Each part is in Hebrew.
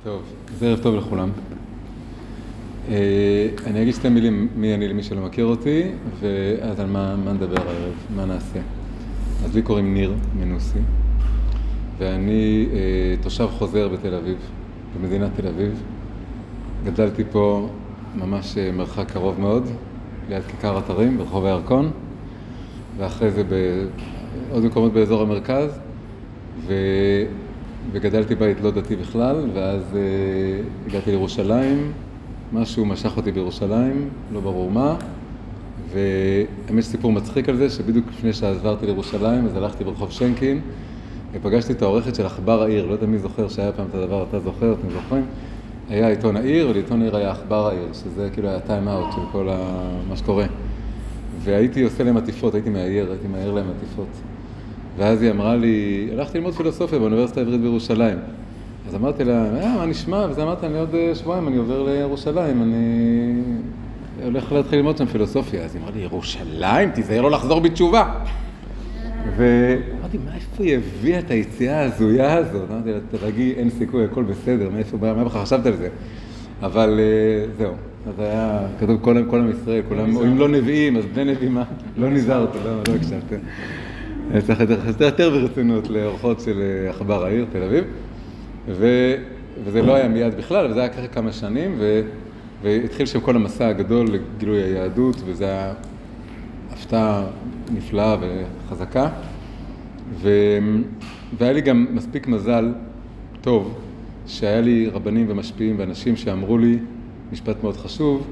טוב, אז ערב טוב לכולם. אני אגיד שתי מילים מי אני למי שלא מכיר אותי, ואז על מה נדבר הערב, מה נעשה. אז לי קוראים ניר מנוסי, ואני תושב חוזר בתל אביב, במדינת תל אביב. גדלתי פה ממש מרחק קרוב מאוד, ליד כיכר אתרים ברחוב הירקון, ואחרי זה בעוד מקומות באזור המרכז, וגדלתי בית לא דתי בכלל, ואז הגעתי לירושלים, משהו משך אותי בירושלים, לא ברור מה, והאמת סיפור מצחיק על זה, שבדיוק לפני שעברתי לירושלים, אז הלכתי ברחוב שנקין, ופגשתי את העורכת של עכבר העיר, לא יודע מי זוכר שהיה פעם את הדבר, אתה זוכר, אתם זוכרים? היה עיתון העיר, ולעיתון העיר היה עכבר העיר, שזה כאילו היה טיים אאוט של כל מה שקורה. והייתי עושה להם עטיפות, הייתי מאייר להם עטיפות. ואז היא אמרה לי, הלכתי ללמוד פילוסופיה באוניברסיטה העברית בירושלים. אז אמרתי לה, מה נשמע? וזה אמרתי, אני עוד שבועיים, אני עובר לירושלים, אני הולך להתחיל ללמוד שם פילוסופיה. אז היא אמרה לי, ירושלים? תיזהר לא לחזור בתשובה. ואמרתי, איפה היא הביאה את היציאה ההזויה הזאת? אמרתי לה, תרגי, אין סיכוי, הכל בסדר, מה בכלל חשבת על זה? אבל זהו, אז היה כתוב כל עם ישראל, כולם, או אם לא נביאים, אז בני נביאים, לא נזהרתי, לא הקשבתם. צריך יותר ברצינות לאורחות של עכבר העיר, תל אביב, וזה לא היה מיד בכלל, וזה היה ככה כמה שנים, והתחיל שם כל המסע הגדול לגילוי היהדות, וזה היה הפתעה נפלאה וחזקה, והיה לי גם מספיק מזל טוב, שהיה לי רבנים ומשפיעים ואנשים שאמרו לי משפט מאוד חשוב,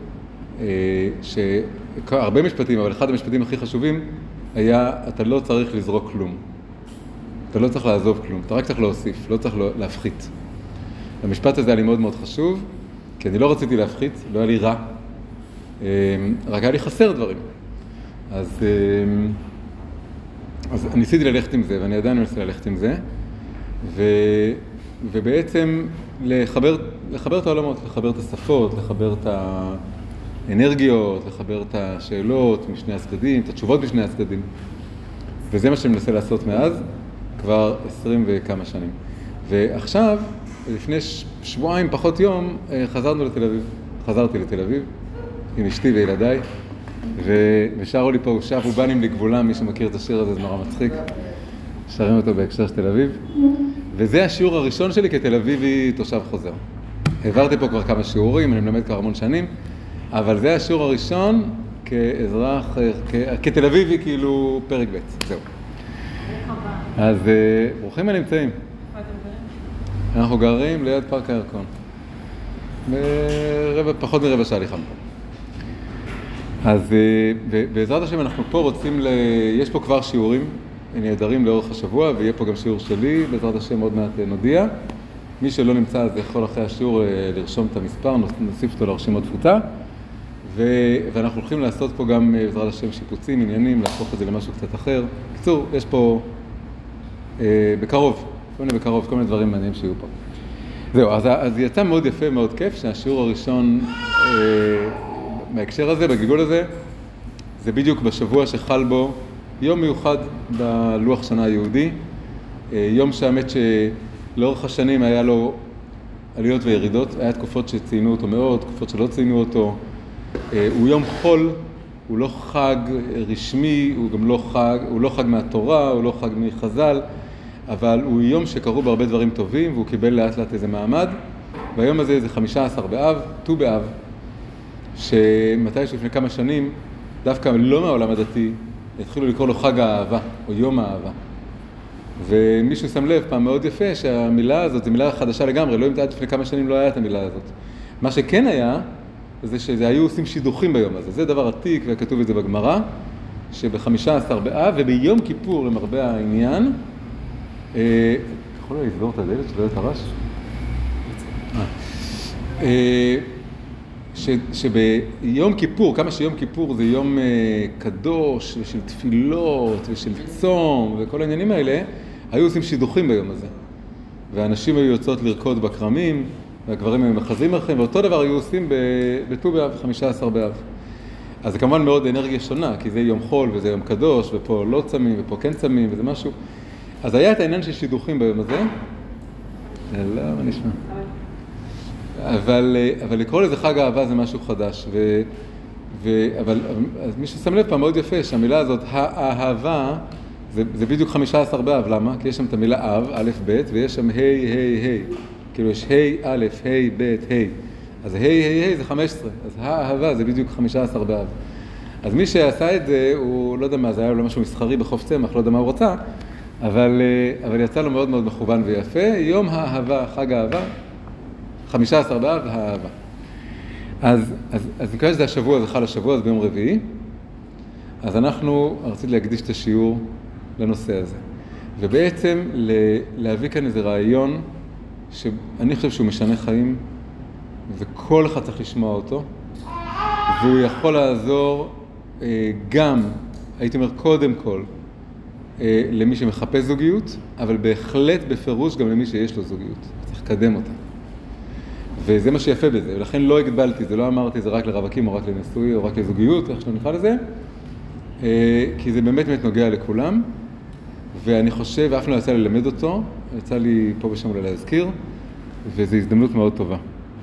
הרבה משפטים, אבל אחד המשפטים הכי חשובים היה, אתה לא צריך לזרוק כלום. אתה לא צריך לעזוב כלום, אתה רק צריך להוסיף, לא צריך להפחית. המשפט הזה היה לי מאוד מאוד חשוב, כי אני לא רציתי להפחית, לא היה לי רע, רק היה לי חסר דברים. אז ניסיתי ללכת עם זה, ואני עדיין מנסה ללכת עם זה, ובעצם לחבר את העולמות, לחבר את השפות, לחבר את האנרגיות, לחבר את השאלות משני הצדדים, את התשובות משני הצדדים. וזה מה שאני מנסה לעשות מאז, כבר 20 וכמה שנים. ועכשיו, לפני שבועיים פחות יום, חזרתי לתל אביב, עם אשתי וילדיי, ושרו לי פה, שבו בנים לגבולם, מי שמכיר את השיר הזה, זה נורא מצחיק. שרים אותו בהקשר של תל אביב. וזה השיעור הראשון שלי כתל אביבי תושב חוזר. העברתי פה כבר כמה שיעורים, אני מלמד כבר המון שנים, אבל זה השיעור הראשון כאזרח, כתל אביבי, כאילו פרק ב', זהו. אז ברוכים הנמצאים. איפה אתם גרים? אנחנו גרים ליד פארק הירקון. פחות מרבע שעה הליכה. אז בעזרת השם אנחנו פה רוצים, יש פה כבר שיעורים נהדרים לאורך השבוע, ויהיה פה גם שיעור שלי, בעזרת השם עוד מעט נודיע. מי שלא נמצא אז יכול אחרי השיעור לרשום את המספר, נוסיף אותו לרשימות תפוצה. ואנחנו הולכים לעשות פה גם בעזרת השם שיפוצים, עניינים, להפוך את זה למשהו קצת אחר. בקיצור, יש פה בקרוב, כל מיני דברים מעניינים שיהיו פה. זהו, אז יצא מאוד יפה, מאוד כיף, שהשיעור הראשון בהקשר הזה, בגלגול הזה, זה בדיוק בשבוע שחל בו יום מיוחד בלוח שנה היהודי, יום שהאמת שלאורך השנים היה לו עליות וירידות, היה תקופות שציינו אותו מאוד, תקופות שלא ציינו אותו, הוא יום חול, הוא לא חג רשמי, הוא גם לא חג מהתורה, הוא לא חג מחז"ל, אבל הוא יום שקרו בהרבה דברים טובים, והוא קיבל לאט לאט איזה מעמד, והיום הזה זה 15 באב, ט"ו באב, שמתי שלפני כמה שנים, דווקא לא מהעולם הדתי, התחילו לקרוא לו חג האהבה, או יום האהבה. ומישהו שם לב פעם מאוד יפה שהמילה הזאת, זו מילה חדשה לגמרי, לא עד לפני כמה שנים לא היה את המילה הזאת. מה שכן היה, זה שזה היו עושים שידוכים ביום הזה. זה דבר עתיק, וכתוב את זה בגמרא, שב-15 באב וביום כיפור, למרבה העניין, יכול לסגור את הדלת שלא יהיה הרעש? שביום כיפור, כמה שיום כיפור זה יום קדוש ושל תפילות ושל צום וכל העניינים האלה, היו עושים שידוכים ביום הזה. ואנשים היו יוצאות לרקוד בכרמים, והגברים היו מחזים לכם, ואותו דבר היו עושים בט"ו באב, 15 באב. אז זה כמובן מאוד אנרגיה שונה, כי זה יום חול וזה יום קדוש, ופה לא צמים ופה כן צמים וזה משהו. אז היה את העניין של שידוכים ביום הזה. לא, מה נשמע? אבל לקרוא לזה חג האהבה זה משהו חדש. אבל מי ששם לב פעם מאוד יפה, שהמילה הזאת, האהבה, זה בדיוק 15 באב. למה? כי יש שם את המילה אב, א', ב', ויש שם ה', ה', ה'. כאילו יש ה', א', ה', ב', ה'. אז ה', ה', ה' זה 15. אז האהבה זה בדיוק 15 באב. אז מי שעשה את זה, הוא לא יודע מה, זה היה לו משהו מסחרי בחוף צמח, לא יודע מה הוא רצה, אבל יצא לו מאוד מאוד מכוון ויפה. יום האהבה, חג האהבה, 15 באב, האהבה. אז נקרא שזה השבוע, זה חל השבוע, זה ביום רביעי. אז רציתי להקדיש את השיעור לנושא הזה. ובעצם להביא כאן איזה רעיון שאני חושב שהוא משנה חיים, וכל אחד צריך לשמוע אותו, והוא יכול לעזור גם, הייתי אומר קודם כל, למי שמחפש זוגיות, אבל בהחלט בפירוש גם למי שיש לו זוגיות. צריך לקדם אותה. וזה מה שיפה בזה, ולכן לא הגבלתי, זה לא אמרתי זה רק לרווקים או רק לנשוי או רק לזוגיות, איך שלא נקרא לזה, כי זה באמת נוגע לכולם, ואני חושב, ואף לא יצא לי ללמד אותו, יצא לי פה ושם אולי להזכיר, וזו הזדמנות מאוד טובה.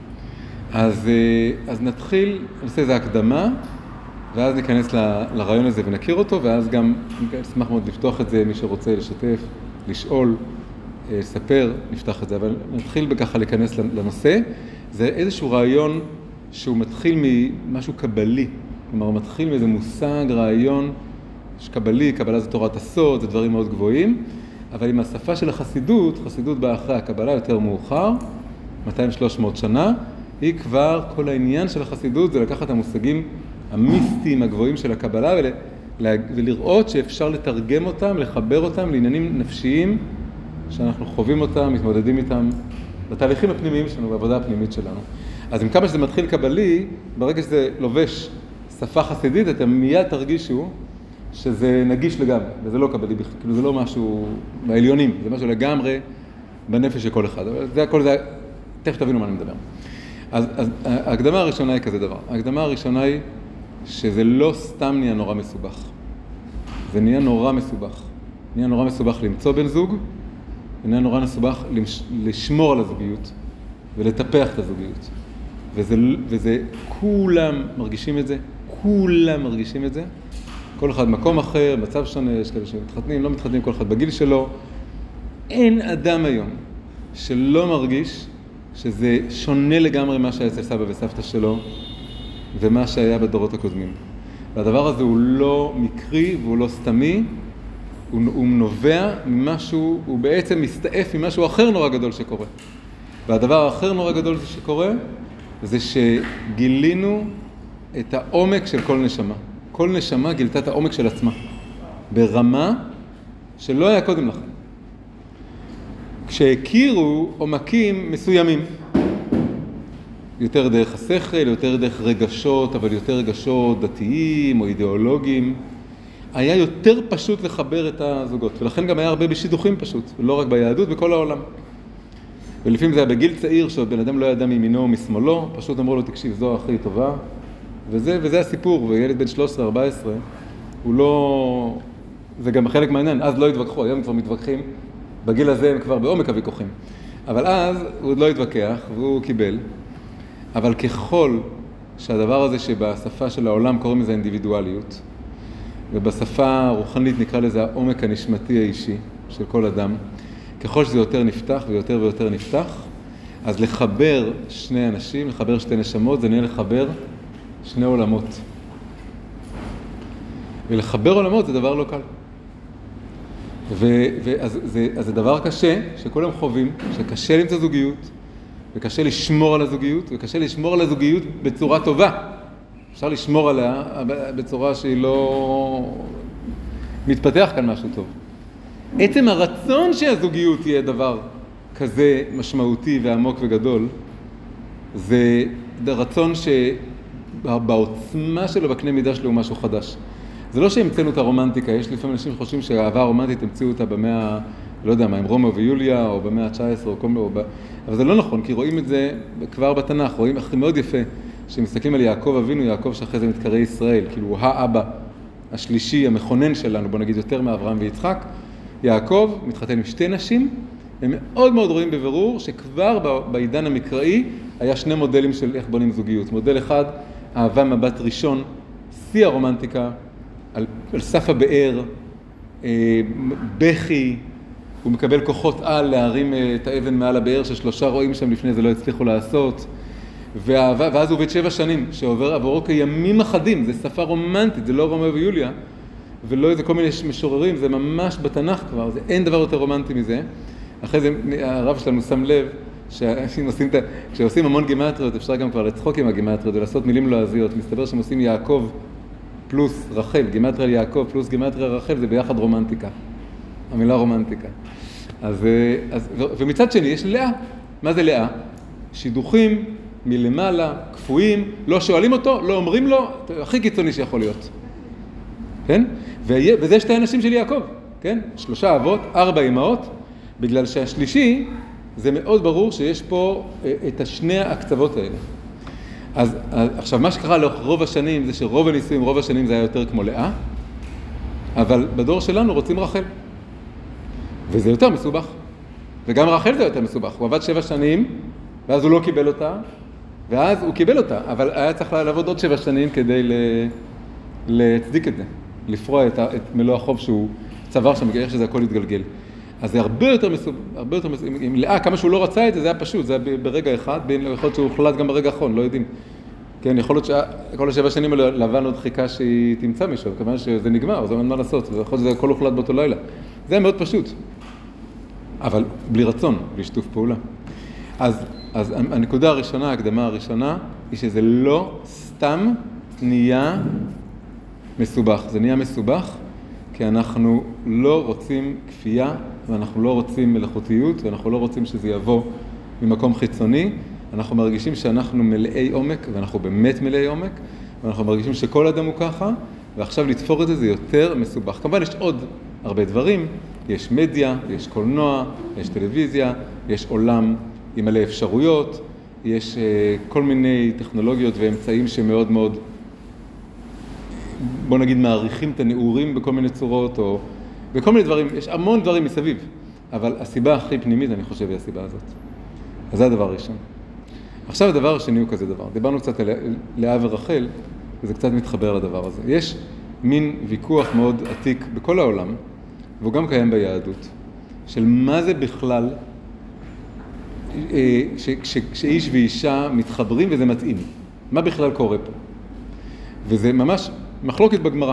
אז נתחיל, נעשה איזה הקדמה, ואז ניכנס לרעיון הזה ונכיר אותו, ואז גם נשמח מאוד לפתוח את זה, מי שרוצה לשתף, לשאול, לספר, נפתח את זה, אבל נתחיל בככה להיכנס לנושא. זה איזשהו רעיון שהוא מתחיל ממשהו קבלי, כלומר הוא מתחיל מאיזה מושג, רעיון קבלי, קבלה זה תורת הסוד, זה דברים מאוד גבוהים, אבל עם השפה של החסידות, חסידות באה אחרי הקבלה יותר מאוחר, 200-300 שנה, היא כבר, כל העניין של החסידות זה לקחת את המושגים המיסטיים הגבוהים של הקבלה ולראות שאפשר לתרגם אותם, לחבר אותם לעניינים נפשיים שאנחנו חווים אותם, מתמודדים איתם בתהליכים הפנימיים שלנו, בעבודה הפנימית שלנו. אז עם כמה שזה מתחיל קבלי, ברגע שזה לובש שפה חסידית, אתם מיד תרגישו שזה נגיש לגמרי, וזה לא קבלי, כאילו זה לא משהו בעליונים, זה משהו לגמרי בנפש של כל אחד. אבל זה הכל, תכף תבינו מה אני מדבר. אז ההקדמה הראשונה היא כזה דבר. ההקדמה הראשונה היא שזה לא סתם נהיה נורא מסובך. זה נהיה נורא מסובך. נהיה נורא מסובך למצוא בן זוג, ונהיה נורא מסובך לשמור על הזוגיות ולטפח את הזוגיות. וזה כולם מרגישים את זה, כולם מרגישים את זה. כל אחד מקום אחר, מצב שונה, יש כאלה שמתחתנים, לא מתחתנים, כל אחד בגיל שלו. אין אדם היום שלא מרגיש שזה שונה לגמרי מה שהיה אצל סבא וסבתא שלו ומה שהיה בדורות הקודמים. והדבר הזה הוא לא מקרי והוא לא סתמי, הוא נובע ממשהו, הוא בעצם מסתעף ממשהו אחר נורא גדול שקורה. והדבר האחר נורא גדול שקורה זה שגילינו את העומק של כל נשמה. כל נשמה גילתה את העומק של עצמה, ברמה שלא היה קודם לכן. כשהכירו עומקים מסוימים, יותר דרך השכל, יותר דרך רגשות, אבל יותר רגשות דתיים או אידיאולוגיים, היה יותר פשוט לחבר את הזוגות, ולכן גם היה הרבה בשידוכים פשוט, ולא רק ביהדות, בכל העולם. ולפעמים זה היה בגיל צעיר, שעוד בן אדם לא ידע מימינו או משמאלו, פשוט אמרו לו, תקשיב, זו הכי טובה, וזה הסיפור, וילד בן 13-14, הוא לא... זה גם חלק מהעניין, אז לא התווכחו, היום כבר מתווכחים, בגיל הזה הם כבר בעומק הוויכוחים. אבל אז הוא עוד לא התווכח, והוא קיבל. אבל ככל שהדבר הזה שבשפה של העולם קוראים לזה אינדיבידואליות, ובשפה הרוחנית נקרא לזה העומק הנשמתי האישי של כל אדם, ככל שזה יותר נפתח ויותר ויותר נפתח, אז לחבר שני אנשים, לחבר שתי נשמות, זה נהיה לחבר שני עולמות. ולחבר עולמות זה דבר לא קל. אז זה דבר קשה, שכולם חווים, שקשה למצוא זוגיות, וקשה לשמור על הזוגיות, וקשה לשמור על הזוגיות בצורה טובה. אפשר לשמור עליה בצורה שהיא לא... מתפתח כאן משהו טוב. עצם הרצון שהזוגיות תהיה דבר כזה משמעותי ועמוק וגדול, זה רצון שבעוצמה שלו, בקנה מידה שלו, הוא משהו חדש. זה לא שהמצאנו את הרומנטיקה, יש לפעמים אנשים שחושבים שהאהבה הרומנטית המציאו אותה במאה, לא יודע מה, עם רומאו ויוליה, או במאה ה-19, אבל זה לא נכון, כי רואים את זה כבר בתנ"ך, רואים הכי מאוד יפה, שמסתכלים על יעקב אבינו, יעקב שאחרי זה מתקרא ישראל, כאילו הוא האבא השלישי, המכונן שלנו, בוא נגיד יותר מאברהם ויצחק. יעקב מתחתן עם שתי נשים, הם מאוד מאוד רואים בבירור שכבר בעידן המקראי היה שני מודלים של איך בונים זוגיות. מודל אחד, אהבה מבט ראשון, שיא הרומנטיקה, על סף הבאר, בכי, הוא מקבל כוחות על להרים את האבן מעל הבאר ששלושה רואים שם לפני זה לא הצליחו לעשות. ואז הוא עובד 7 שנים, שעובר עבורו כימים אחדים, זה שפה רומנטית, זה לא רומאו ויוליה, ולא איזה כל מיני משוררים, זה ממש בתנ"ך כבר, אין דבר יותר רומנטי מזה. אחרי זה הרב שלנו שם לב, כשעושים המון גימטריות, אפשר גם כבר לצחוק עם הגימטריות ולעשות מילים לועזיות. מסתבר שהם עושים יעקב פלוס רחל, גימטריה יעקב פלוס גימטריה רחל, זה ביחד רומנטיקה. המילה רומנטיקה. ומצד שני יש לאה. מה זה לאה? שידוכים מלמעלה, כפויים, לא שואלים אותו, לא אומרים לו, הכי קיצוני שיכול להיות. כן? וזה 2 אנשים של יעקב, כן? 3 אבות, 4 אמהות, בגלל שהשלישי, זה מאוד ברור שיש פה את שני הקצוות האלה. אז עכשיו, מה שקרה לאורך רוב השנים, זה שרוב הנישואים, רוב השנים זה היה יותר כמו לאה, אבל בדור שלנו רוצים רחל. וזה יותר מסובך. וגם רחל זה יותר מסובך. הוא עבד 7 שנים, ואז הוא לא קיבל אותה, ואז הוא קיבל אותה, אבל היה צריך לעבוד עוד 7 שנים כדי להצדיק את זה, לפרוע את מלוא החוב שהוא צבר שם, איך שזה הכל יתגלגל. אז זה הרבה יותר מסובך, עם לאה, כמה שהוא לא רצה את זה, זה היה פשוט, זה היה ברגע אחד, יכול להיות שהוא הוחלט גם ברגע האחרון, לא יודעים. כן, יכול להיות שכל 7 שנים לבן עוד חיכה שהיא תמצא מישהו, כמובן שזה נגמר, זה אין מה לעשות, ויכול להיות שזה הכל הוחלט באותו לילה. זה היה מאוד פשוט, אבל בלי רצון, בלי שיתוף פעולה. אז הנקודה הראשונה, ההקדמה הראשונה, היא שזה לא סתם נהיה מסובך. זה נהיה מסובך כי אנחנו לא רוצים כפייה, ואנחנו לא רוצים מלאכותיות, ואנחנו לא רוצים שזה יבוא ממקום חיצוני. אנחנו מרגישים שאנחנו מלאי עומק, ואנחנו באמת מלאי עומק, ואנחנו מרגישים שכל אדם הוא ככה, ועכשיו לתפור את זה יותר מסובך. כמובן יש עוד הרבה דברים, יש מדיה, יש קולנוע, יש טלוויזיה, יש עולם עם מלא אפשרויות, יש כל מיני טכנולוגיות ואמצעים שמאוד מאוד, בוא נגיד, מעריכים את הנעורים בכל מיני צורות, או בכל מיני דברים, יש המון דברים מסביב, אבל הסיבה הכי פנימית, אני חושב, היא הסיבה הזאת. אז זה הדבר הראשון. עכשיו הדבר השני הוא כזה דבר. דיברנו קצת על לאה ורחל, וזה קצת מתחבר לדבר הזה. יש מין ויכוח מאוד עתיק בכל העולם, והוא גם קיים ביהדות, של מה זה בכלל שאיש ואישה מתחברים וזה מתאים. מה בכלל קורה פה? וזה ממש מחלוקת בגמרא.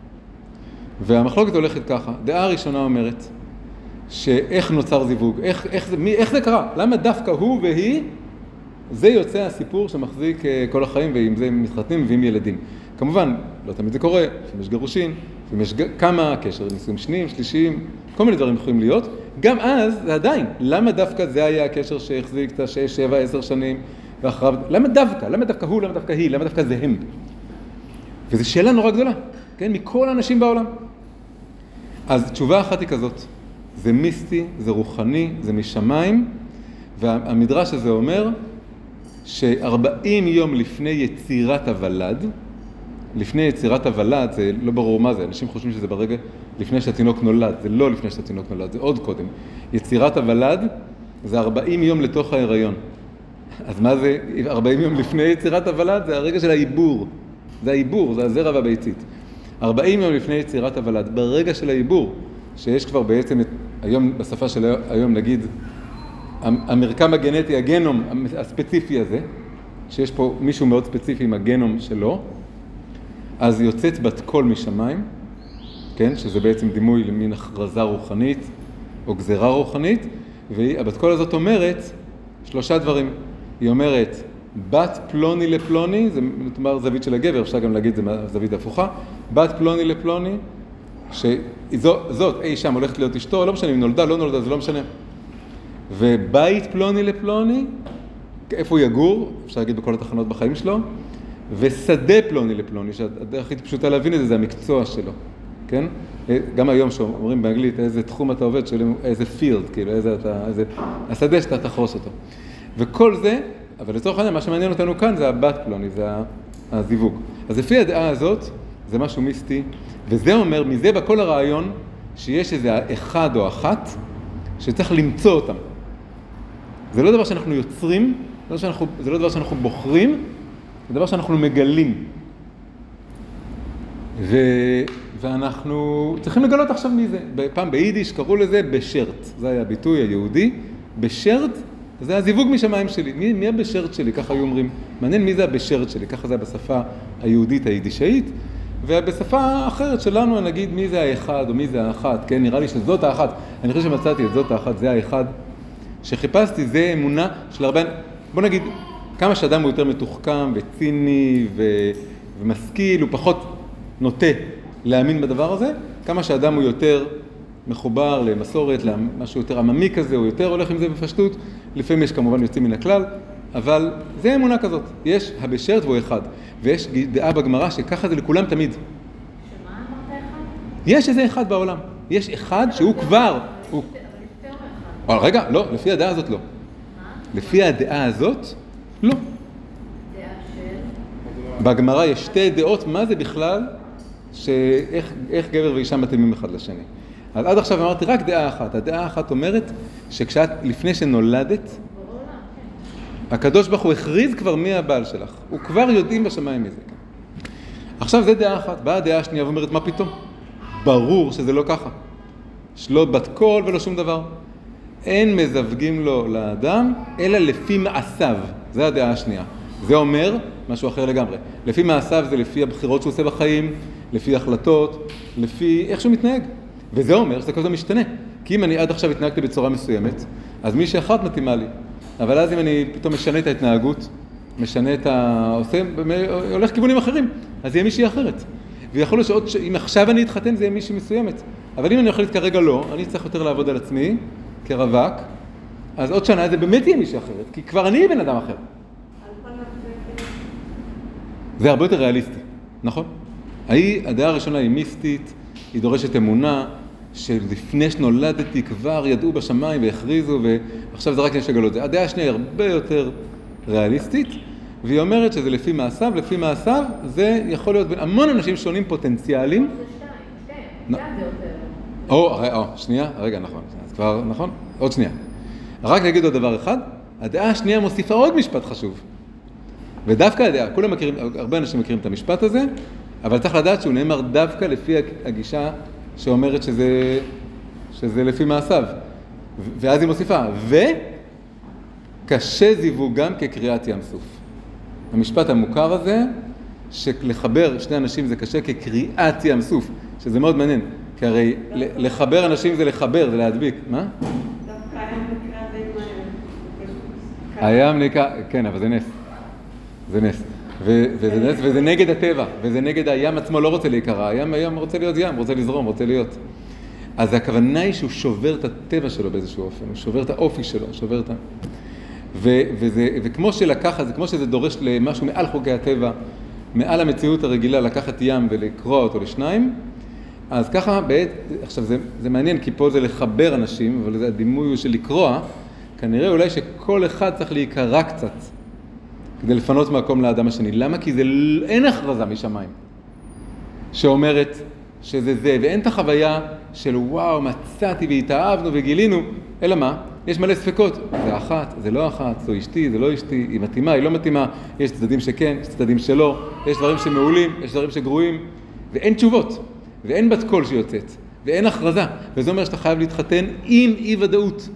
והמחלוקת הולכת ככה. דעה הראשונה אומרת שאיך נוצר זיווג, איך זה קרה? למה דווקא הוא והיא, זה יוצא הסיפור שמחזיק כל החיים, ועם זה מתחתנים ועם ילדים. כמובן, לא תמיד זה קורה, לפעמים יש גירושין, לפעמים יש כמה קשר, נישואים שניים, שלישיים, כל מיני דברים יכולים להיות. גם אז, זה עדיין, למה דווקא זה היה הקשר שהחזיק את 6, 7, 10 שנים, ואחריו, למה דווקא? למה דווקא הוא? למה דווקא היא? למה דווקא זה הם? וזו שאלה נורא גדולה, כן? מכל האנשים בעולם. אז תשובה אחת היא כזאת, זה מיסטי, זה רוחני, זה משמיים, והמדרש הזה אומר ש40 יום לפני יצירת הוולד, לפני יצירת הוולד, זה לא ברור מה זה, אנשים חושבים שזה ברגע לפני שהתינוק נולד, זה לא לפני שהתינוק נולד, זה עוד קודם. יצירת הוולד זה 40 יום לתוך ההיריון. אז מה זה 40 יום לפני יצירת הוולד? זה הרגע של העיבור. זה העיבור, זה הזרע והביצית. 40 יום לפני יצירת הוולד, ברגע של העיבור, שיש כבר בעצם, היום, בשפה של היום נגיד, המרקם הגנטי, הגנום הספציפי הזה, שיש פה מישהו מאוד ספציפי עם הגנום שלו, אז יוצאת בת קול משמיים, כן? שזה בעצם דימוי למין הכרזה רוחנית או גזרה רוחנית, והבת קול הזאת אומרת 3 דברים. היא אומרת, בת פלוני לפלוני, זה אומר זווית של הגבר, אפשר גם להגיד, זה זווית הפוכה, בת פלוני לפלוני, שזאת, אי שם הולכת להיות אשתו, לא משנה אם נולדה, לא נולדה, זה לא משנה. ובית פלוני לפלוני, איפה הוא יגור, אפשר להגיד בכל התחנות בחיים שלו, ושדה פלוני לפלוני, שהדרך הכי פשוטה להבין את זה, זה המקצוע שלו, כן? גם היום שאומרים באנגלית, איזה תחום אתה עובד, שואלים איזה פילד, כאילו, איזה השדה שאתה תחרוש אותו. וכל זה, אבל לצורך העניין, מה שמעניין אותנו כאן זה הבת פלוני, זה הזיווג. אז לפי הדעה הזאת, זה משהו מיסטי, וזה אומר, מזה בכל הרעיון, שיש איזה אחד או אחת, שצריך למצוא אותם. זה לא דבר שאנחנו יוצרים, זה לא דבר שאנחנו בוחרים, זה דבר שאנחנו מגלים. ואנחנו צריכים לגלות עכשיו מי זה. פעם ביידיש קראו לזה בשרט, זה היה הביטוי היהודי. בשרט זה הזיווג משמיים שלי. מי הבשרט שלי? ככה היו אומרים. מעניין מי זה הבשרט שלי, ככה זה היה בשפה היהודית היידישאית. ובשפה אחרת שלנו נגיד מי זה האחד או מי זה האחת, כן? נראה לי שזאת האחת. אני חושב שמצאתי את זאת האחת, זה האחד. שחיפשתי, זה אמונה של הרבה... בוא נגיד, כמה שאדם הוא יותר מתוחכם וציני ומשכיל, הוא פחות נוטה להאמין בדבר הזה, כמה שאדם הוא יותר מחובר למסורת, למשהו יותר עממי כזה, הוא יותר הולך עם זה בפשטות, לפעמים יש כמובן יוצאים מן הכלל, אבל זה אמונה כזאת. יש הבשרת והוא אחד, ויש דעה בגמרא שככה זה לכולם תמיד. שמה אמרת אחד? יש איזה אחד בעולם, יש אחד שהוא כבר... אבל יותר מאחד. רגע, לא, לפי הדעה הזאת לא. מה? לפי הדעה הזאת, לא. דעה של... בגמרא יש שתי דעות, מה זה בכלל, איך גבר ואישה מתאימים אחד לשני. אז עד עכשיו אמרתי רק דעה אחת. הדעה האחת אומרת שכשאת, לפני שנולדת, בעולם, כן. הקדוש ברוך הוא הכריז כבר מי הבעל שלך. הוא כבר יודעים בשמיים מזה. עכשיו זה דעה אחת. באה הדעה השנייה ואומרת, מה פתאום? ברור שזה לא ככה. שלא בת קול ולא שום דבר. אין מזווגים לו לאדם, אלא לפי מעשיו. זה הדעה השנייה. זה אומר משהו אחר לגמרי. לפי מעשיו זה לפי הבחירות שהוא עושה בחיים, לפי החלטות, לפי איך שהוא מתנהג. וזה אומר שזה כזה משתנה. כי אם אני עד עכשיו התנהגתי בצורה מסוימת, אז מישהי אחת מתאימה לי. אבל אז אם אני פתאום משנה את ההתנהגות, משנה את הולך כיוונים אחרים, אז יהיה מישהי אחרת. ויכול להיות שאם עכשיו אני אתחתן, זה יהיה מישהי מסוימת. אבל אם אני אוכל כרגע לא, אני צריך יותר לעבוד על עצמי, כרווק, אז עוד שנה זה באמת יהיה מישהי אחרת, כי כבר אני בן אדם אחר. זה הרבה יותר ריאליסטי, נכון? הדעה הראשונה היא מיסטית, היא דורשת אמונה, שלפני שנולדתי כבר ידעו בשמיים והכריזו, ועכשיו זה רק יש לגלות. הדעה השנייה היא הרבה יותר ריאליסטית, והיא אומרת שזה לפי מעשיו, לפי מעשיו זה יכול להיות בין המון אנשים שונים פוטנציאליים. זה שתיים, זה יותר. שנייה, רגע, נכון. אז כבר, נכון? עוד שנייה. רק נגיד עוד דבר אחד, הדעה השנייה מוסיפה עוד משפט חשוב. ודווקא הדעה, כולם מכירים, הרבה אנשים מכירים את המשפט הזה, אבל צריך לדעת שהוא נאמר דווקא לפי הגישה שאומרת שזה לפי מעשיו. ואז היא מוסיפה, וקשה זיווגם כקריאת ים סוף. המשפט המוכר הזה, שלחבר שני אנשים זה קשה כקריאת ים סוף, שזה מאוד מעניין, כי הרי לחבר אנשים זה לחבר, זה להדביק. מה? דווקא הים נקרא די מהר. הים נקרא, כן, אבל זה נס. זה נס. וזה נס, וזה נגד הטבע, וזה נגד הים עצמו לא רוצה להיקרא, הים רוצה להיות ים, רוצה לזרום, רוצה להיות. אז הכוונה היא שהוא שובר את הטבע שלו באיזשהו אופן, הוא שובר את האופי שלו, שובר את ה... וכמו שלקחת, כמו שזה דורש למשהו מעל חוקי הטבע, מעל המציאות הרגילה, לקחת ים ולקרוע אותו לשניים, אז ככה, עכשיו זה מעניין, כי פה זה לחבר אנשים, אבל זה הדימוי של לקרוע, כנראה אולי שכל אחד צריך להיקרע קצת, כדי לפנות מקום לאדם השני. למה? כי אין הכרזה משמיים שאומרת שזה זה, ואין את החוויה של וואו, מצאתי והתאהבנו וגילינו, אלא מה? יש מלא ספקות, זה אחת, זה לא אחת, זו אשתי, זה לא אשתי, היא מתאימה, היא לא מתאימה, יש צדדים שכן, יש צדדים שלא, יש דברים שמעולים, יש דברים שגרועים, ואין תשובות, ואין בת קול שיוצאת, ואין הכרזה, וזה אומר שאתה חייב להתחתן עם אי ודאות.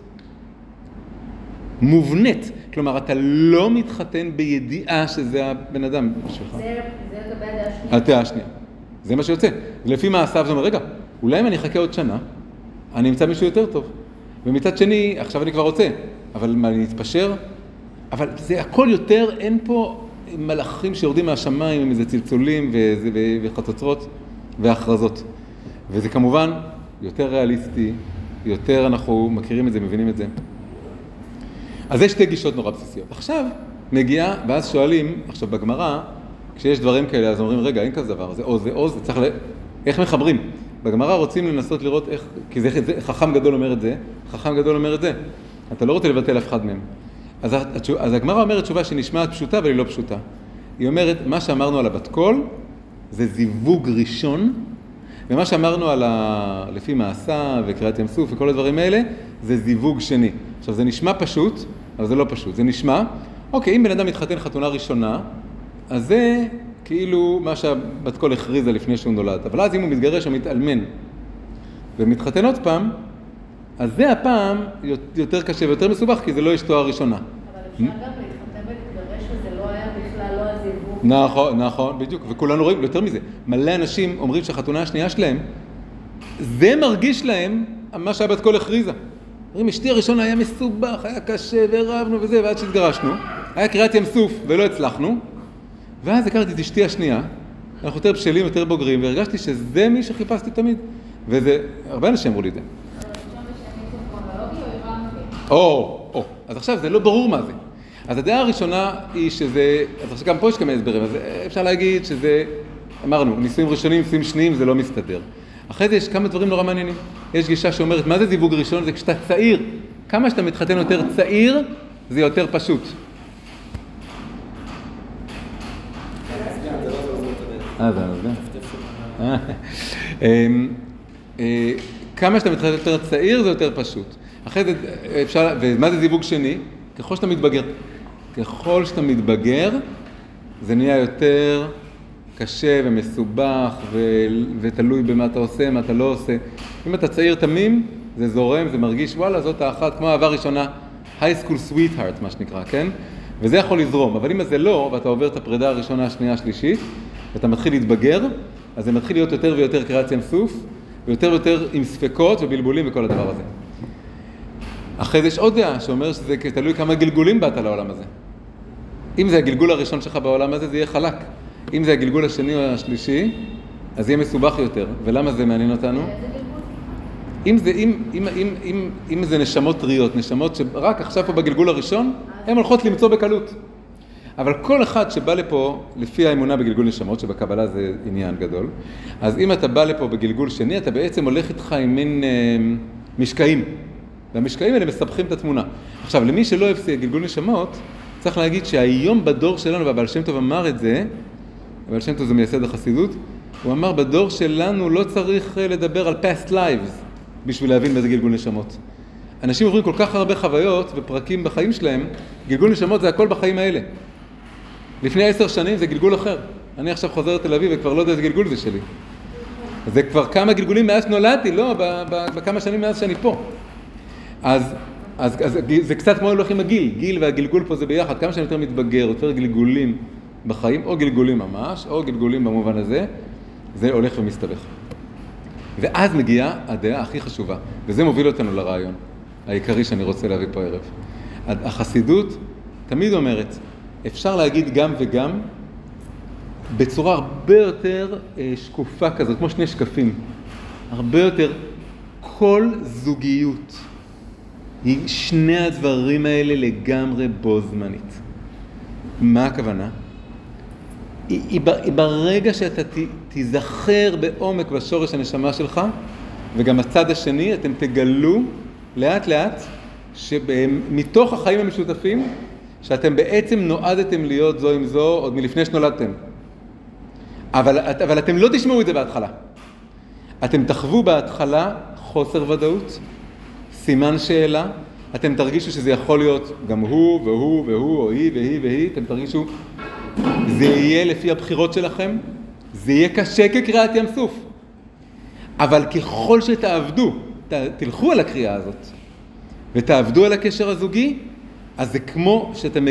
מובנית, כלומר אתה לא מתחתן בידיעה שזה הבן אדם שלך. זה לגבי הדעה השנייה. הדעה השנייה. זה מה שיוצא. לפי מעשיו זה אומר, רגע, אולי אם אני אחכה עוד שנה, אני אמצא מישהו יותר טוב. ומצד שני, עכשיו אני כבר רוצה, אבל מה, אני אתפשר? אבל זה הכל יותר, אין פה מלאכים שיורדים מהשמיים עם איזה צלצולים וחצוצרות והכרזות. וזה כמובן יותר ריאליסטי, יותר אנחנו מכירים את זה, מבינים את זה. אז יש שתי גישות נורא בסיסיות. עכשיו מגיעה, ואז שואלים, עכשיו בגמרא, כשיש דברים כאלה, אז אומרים, רגע, אין כזה דבר, זה עוז, זה צריך איך מחברים? בגמרא רוצים לנסות לראות איך, כי זה חכם גדול אומר את זה, חכם גדול אומר את זה. אתה לא רוצה לבטל אף אחד מהם. אז הגמרא אומרת תשובה שנשמעת פשוטה, אבל היא לא פשוטה. היא אומרת, מה שאמרנו על הבת קול, זה זיווג ראשון, ומה שאמרנו על לפי מעשה וקריאת ים סוף וכל הדברים האלה, זה זיווג שני. עכשיו, זה נשמע פשוט, אבל זה לא פשוט. זה נשמע, אוקיי, אם בן אדם מתחתן חתונה ראשונה, אז זה כאילו מה שהבת קול הכריזה לפני שהוא נולד. אבל אז אם הוא מתגרש או מתאלמן ומתחתן עוד פעם, אז זה הפעם יותר קשה ויותר מסובך, כי זה לא אשתו הראשונה. אבל אפשר גם להתחתן ולהתגרש, וזה לא היה בכלל לא הזיווג. נכון, נכון, בדיוק. וכולנו רואים, יותר מזה, מלא אנשים אומרים שהחתונה השנייה שלהם, זה מרגיש להם מה שהבת קול הכריזה. אומרים, אשתי הראשונה היה מסובך, היה קשה ורבנו וזה, ועד שהתגרשנו, היה קריאת ים סוף ולא הצלחנו, ואז הכרתי את אשתי השנייה, אנחנו יותר בשלים, יותר בוגרים, והרגשתי שזה מי שחיפשתי תמיד. וזה, הרבה אנשים אמרו לי את זה. אז עכשיו זה לא ברור מה זה. אז הדעה הראשונה היא שזה, אז עכשיו גם פה יש כמה הסברים, אז אפשר להגיד שזה, אמרנו, נישואים ראשונים, נישואים שניים, זה לא מסתדר. אחרי זה יש כמה דברים נורא מעניינים. יש גישה שאומרת, מה זה זיווג ראשון? זה כשאתה צעיר. כמה שאתה מתחתן יותר צעיר, זה יותר פשוט. כמה שאתה מתחתן יותר צעיר, זה יותר פשוט. אחרי זה אפשר, ומה זה זיווג שני? ככל שאתה מתבגר. ככל שאתה מתבגר, זה נהיה יותר קשה ומסובך ותלוי במה אתה עושה, מה אתה לא עושה. אם אתה צעיר תמים, זה זורם, זה מרגיש, וואלה, זאת האחת, כמו אהבה ראשונה, high school sweetheart, מה שנקרא, כן? וזה יכול לזרום, אבל אם זה לא, ואתה עובר את הפרידה הראשונה, השנייה, השלישית, ואתה מתחיל להתבגר, אז זה מתחיל להיות יותר ויותר קריאת ים סוף, ויותר ויותר עם ספקות ובלבולים וכל הדבר הזה. אחרי זה יש עוד דעה שאומר שזה תלוי כמה גלגולים באת לעולם הזה. אם זה הגלגול הראשון שלך בעולם הזה, זה יהיה חלק. אם זה הגלגול השני או השלישי, אז יהיה מסובך יותר. ולמה זה מעניין אותנו? אם זה נשמות טריות, נשמות שרק עכשיו פה בגלגול הראשון, הן הולכות למצוא בקלות. אבל כל אחד שבא לפה, לפי האמונה בגלגול נשמות, שבקבלה זה עניין גדול, אז אם אתה בא לפה בגלגול שני, אתה בעצם הולך איתך עם מין משקעים. והמשקעים האלה מסבכים את התמונה. עכשיו, למי שלא אוהב גלגול נשמות, צריך להגיד שהיום בדור שלנו, והבעל שם טוב אמר את זה, הבעל שם טוב זה מייסד החסידות, הוא אמר, בדור שלנו לא צריך לדבר על past lives בשביל להבין מה זה גלגול נשמות. אנשים עוברים כל כך הרבה חוויות ופרקים בחיים שלהם, גלגול נשמות זה הכל בחיים האלה. לפני 10 שנים זה גלגול אחר. אני עכשיו חוזר לתל אביב וכבר לא יודע איזה גלגול זה שלי. זה כבר כמה גלגולים מאז שנולדתי, לא, בכמה שנים מאז שאני פה. אז זה קצת כמו הולך עם הגיל. גיל והגלגול פה זה ביחד. כמה שאני יותר מתבגר, יותר גלגולים בחיים, או גלגולים ממש, או גלגולים במובן הזה, זה הולך ומסתבך. ואז מגיעה הדעה הכי חשובה, וזה מוביל אותנו לרעיון העיקרי שאני רוצה להביא פה ערב. החסידות תמיד אומרת, אפשר להגיד גם וגם בצורה הרבה יותר שקופה כזאת, כמו שני שקפים. הרבה יותר, כל זוגיות היא שני הדברים האלה לגמרי בו זמנית. מה הכוונה? היא ברגע שאתה תיזכר בעומק בשורש הנשמה שלך, וגם הצד השני, אתם תגלו לאט לאט שמתוך החיים המשותפים, שאתם בעצם נועדתם להיות זו עם זו עוד מלפני שנולדתם. אבל אתם לא תשמעו את זה בהתחלה. אתם תחוו בהתחלה חוסר ודאות, סימן שאלה, אתם תרגישו שזה יכול להיות גם הוא והוא והוא או היא והיא והיא, אתם תרגישו, זה יהיה לפי הבחירות שלכם, זה יהיה קשה כקריאת ים סוף. אבל ככל שתעבדו, תלכו על הקריאה הזאת, ותעבדו על הקשר הזוגי, אז זה כמו שאתם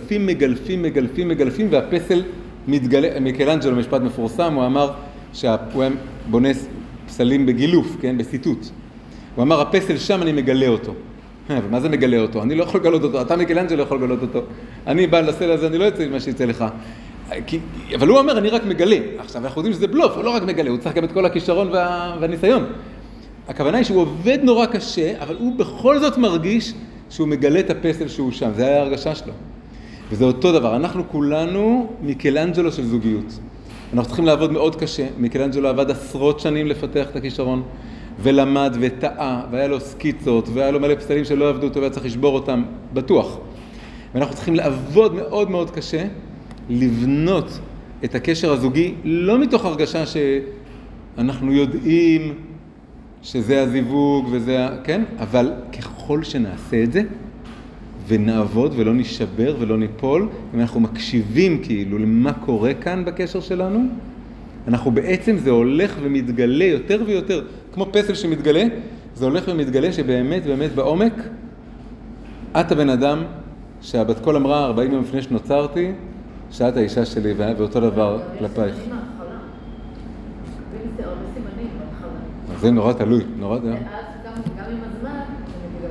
מגלפים, והפסל מתגלה. מייקלאנג'לו, משפט מפורסם, הוא אמר שהוא בונה פסלים בגילוף, כן, בסיטוט. הוא אמר, הפסל שם אני מגלה אותו. ומה זה מגלה אותו? אני לא יכול לגלות אותו, אתה מייקלאנג'לו יכול לגלות אותו. אני בא לסל הזה, אני לא יוצא מה שיצא לך. אבל הוא אומר, אני רק מגלה. עכשיו, אנחנו יודעים שזה בלוף, הוא לא רק מגלה, הוא צריך גם את כל הכישרון והניסיון. הכוונה היא שהוא עובד נורא קשה, אבל הוא בכל זאת מרגיש שהוא מגלה את הפסל שהוא שם. זה היה ההרגשה שלו. וזה אותו דבר. אנחנו כולנו מייקלאנג'לו של זוגיות. אנחנו צריכים לעבוד מאוד קשה. מייקלאנג'לו עבד עשרות שנים לפתח את הכישרון, ולמד וטעה, והיה לו סקיצות, והיה לו מלא פסלים שלא עבדו אותו, והיה צריך לשבור אותם, בטוח. ואנחנו צריכים לעבוד מאוד מאוד קשה, לבנות את הקשר הזוגי, לא מתוך הרגשה שאנחנו יודעים שזה הזיווג וזה, כן? אבל ככל שנעשה את זה, ונעבוד ולא נשבר ולא ניפול, אם אנחנו מקשיבים כאילו למה קורה כאן בקשר שלנו, אנחנו בעצם זה הולך ומתגלה יותר ויותר, כמו פסל שמתגלה, זה הולך ומתגלה שבאמת באמת בעומק, את הבן אדם שהבת קול אמרה 40 יום לפני שנוצרתי, שאת האישה שלי ואותו דבר כלפייך. יש סימנים מההתחלה. זה הרבה סימנים בהתחלה. זה נורא תלוי, נורא תלוי. ואז גם עם הזמן זה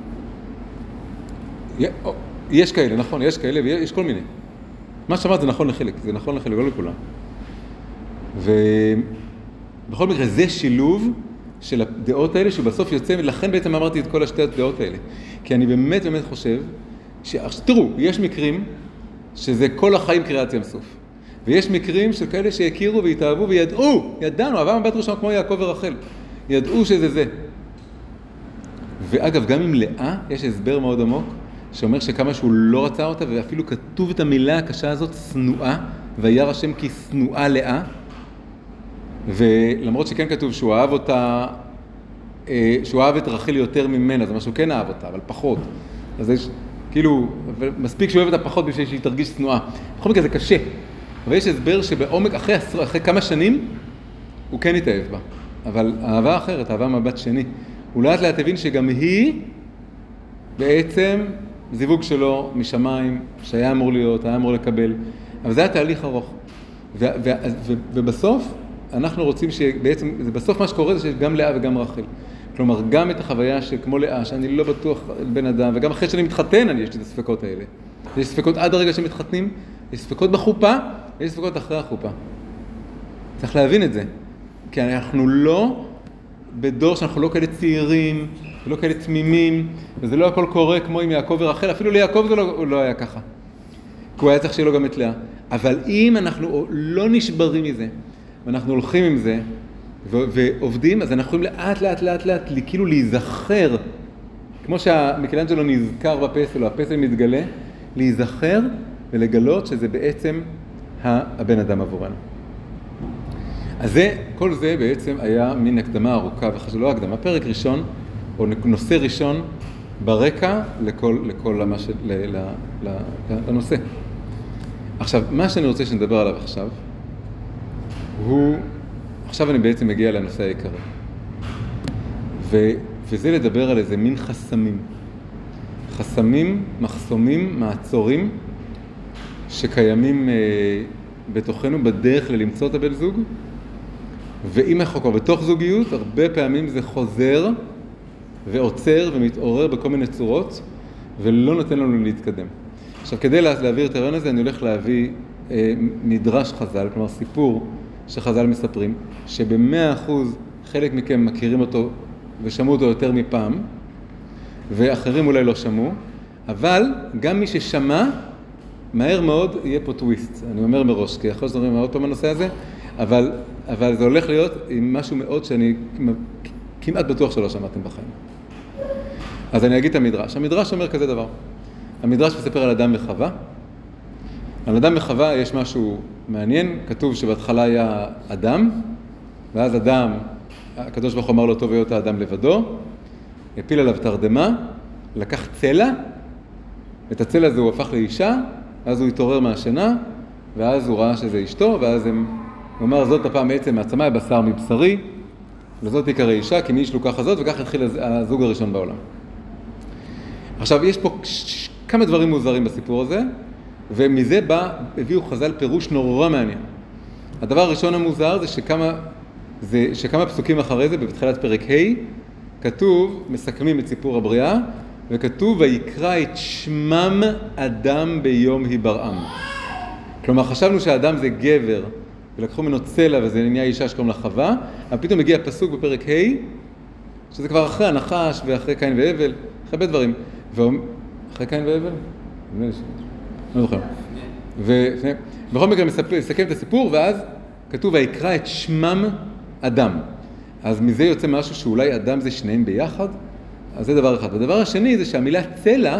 מתגלה. יש כאלה, נכון, יש כאלה ויש כל מיני. מה שאמרת זה נכון לחלק, זה נכון לחלק, לא לכולם. ובכל מקרה זה שילוב של הדעות האלה שבסוף יוצא, ולכן בעצם אמרתי את כל השתי הדעות האלה. כי אני באמת באמת חושב, תראו, יש מקרים שזה כל החיים קריאת ים סוף. ויש מקרים של כאלה שהכירו והתאהבו וידעו, ידענו, אהבה מבט ראשון כמו יעקב ורחל. ידעו שזה זה. ואגב, גם עם לאה יש הסבר מאוד עמוק, שאומר שכמה שהוא לא רצה אותה, ואפילו כתוב את המילה הקשה הזאת, שנואה, וירא השם כי שנואה לאה, ולמרות שכן כתוב שהוא אהב אותה, שהוא אהב את רחל יותר ממנה, זה משהו כן אהב אותה, אבל פחות. אז יש, כאילו, מספיק שהוא אוהב אותה פחות בשביל שהיא תרגיש שנואה. בכל מקרה זה קשה. אבל יש הסבר שבעומק, אחרי כמה שנים, הוא כן התאהב בה. אבל אהבה אחרת, אהבה מבט שני. הוא לאט לאט הבין שגם היא, בעצם, זיווג שלו משמיים, שהיה אמור להיות, היה אמור לקבל. אבל זה היה תהליך ארוך. ובסוף, אנחנו רוצים שבעצם, בסוף מה שקורה זה שגם לאה וגם רחל. כלומר, גם את החוויה שכמו לאה, שאני לא בטוח בן אדם, וגם אחרי שאני מתחתן, יש לי את הספקות האלה. יש ספקות עד הרגע שמתחתנים, יש ספקות בחופה, יש ספקות אחרי החופה. צריך להבין את זה. כי אנחנו לא בדור שאנחנו לא כאלה צעירים, ולא כאלה תמימים, וזה לא הכל קורה כמו עם יעקב ורחל, אפילו ליעקב זה לא היה ככה. כי הוא היה צריך שיהיה לו גם את לאה. אבל אם אנחנו לא נשברים מזה, ואנחנו הולכים עם זה, ועובדים, אז אנחנו יכולים לאט, כאילו להיזכר, כמו שהמיקלאנג'לו נזכר בפסל, או הפסל מתגלה, להיזכר ולגלות שזה בעצם הבן אדם עבורנו. אז כל זה בעצם היה מין הקדמה ארוכה, וחשוב לא הקדמה, פרק ראשון, או נושא ראשון ברקע לנושא. עכשיו, מה שאני רוצה שנדבר עליו עכשיו, עכשיו אני בעצם מגיע לנושא העיקרי. וזה לדבר על איזה מין חסמים. חסמים, מחסומים, מעצורים, שקיימים בתוכנו בדרך ללמצוא את הבן זוג, ואם אנחנו כבר בתוך זוגיות, הרבה פעמים זה חוזר ועוצר ומתעורר בכל מיני צורות, ולא נותן לנו להתקדם. עכשיו, כדי להעביר את הרעיון הזה, אני הולך להביא מדרש חז"ל, כלומר סיפור שחז"ל מספרים, שב100% חלק מכם מכירים אותו ושמעו אותו יותר מפעם, ואחרים אולי לא שמעו, אבל גם מי ששמע, מהר מאוד יהיה פה טוויסט. אני אומר מראש, כי אחרי שדברים מאוד פעם הנושא הזה, אבל זה הולך להיות עם משהו מאוד שאני כמעט בטוח שלא שמעתם בחיים. אז אני אגיד את המדרש. המדרש אומר כזה דבר. המדרש מספר על אדם וחווה. על אדם וחווה יש משהו מעניין. כתוב שבהתחלה היה אדם, ואז אדם, הקדוש ברוך הוא אמר לו טוב היות האדם לבדו, הפיל עליו תרדמה, לקח צלע, את הצלע הזה הוא הפך לאישה, אז הוא התעורר מהשינה, ואז הוא ראה שזה אשתו, ואז הוא אמר, זאת הפעם בעצם מעצמה, בשר מבשרי, וזאת תיקרא אישה, כי מי יש לו ככה זאת, וכך התחיל הזוג הראשון בעולם. עכשיו, יש פה כמה דברים מוזרים בסיפור הזה, ומזה הביאו חז"ל פירוש נורא מעניין. הדבר הראשון המוזר זה שכמה פסוקים אחרי זה, בתחילת פרק ה', כתוב, מסכמים את סיפור הבריאה, וכתוב, ויקרא את שמם אדם ביום היברעם. כלומר, חשבנו שהאדם זה גבר, ולקחו ממנו צלע, וזה נהיה אישה שקוראים לה חווה, אבל פתאום הגיע פסוק בפרק ה', שזה כבר אחרי הנחש, ואחרי קין והבל, אחרי הרבה דברים. אחרי קין והבל? לא זוכר. בכל מקרה מסכם את הסיפור, ואז כתוב, ויקרא את שמם אדם. אז מזה יוצא משהו שאולי אדם זה שניהם ביחד, אז זה דבר אחד. הדבר השני זה שהמילה צלע,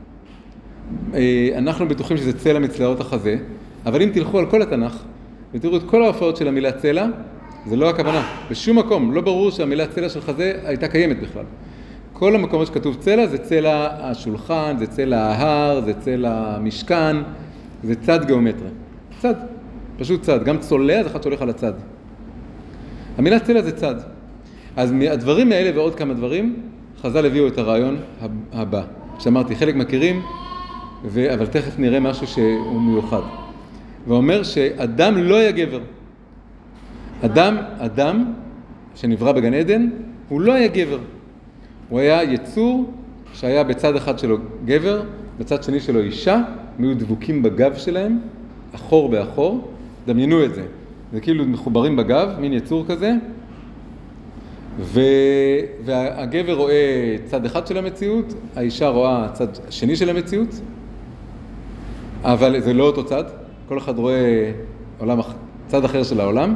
אנחנו בטוחים שזה צלע מצלעות החזה, אבל אם תלכו על כל התנ"ך, ותראו את כל ההופעות של המילה צלע, זה לא הכוונה. בשום מקום, לא ברור שהמילה צלע של חזה הייתה קיימת בכלל. כל המקומות שכתוב צלע, זה צלע השולחן, זה צלע ההר, זה צלע המשכן, זה צד גיאומטרי. צד, פשוט צד. גם צולע זה אחד שהולך על הצד. המילה צלע זה צד. אז מהדברים האלה ועוד כמה דברים, חז"ל הביאו את הרעיון הבא. שאמרתי, חלק מכירים, אבל תכף נראה משהו שהוא מיוחד. ואומר שאדם לא היה גבר. אדם שנברא בגן עדן, הוא לא היה גבר. הוא היה יצור שהיה בצד אחד שלו גבר, בצד שני שלו אישה, הם היו דבוקים בגב שלהם, אחור באחור, דמיינו את זה. זה כאילו מחוברים בגב, מין יצור כזה, והגבר רואה צד אחד של המציאות, האישה רואה צד שני של המציאות, אבל זה לא אותו צד, כל אחד רואה צד אחר של העולם,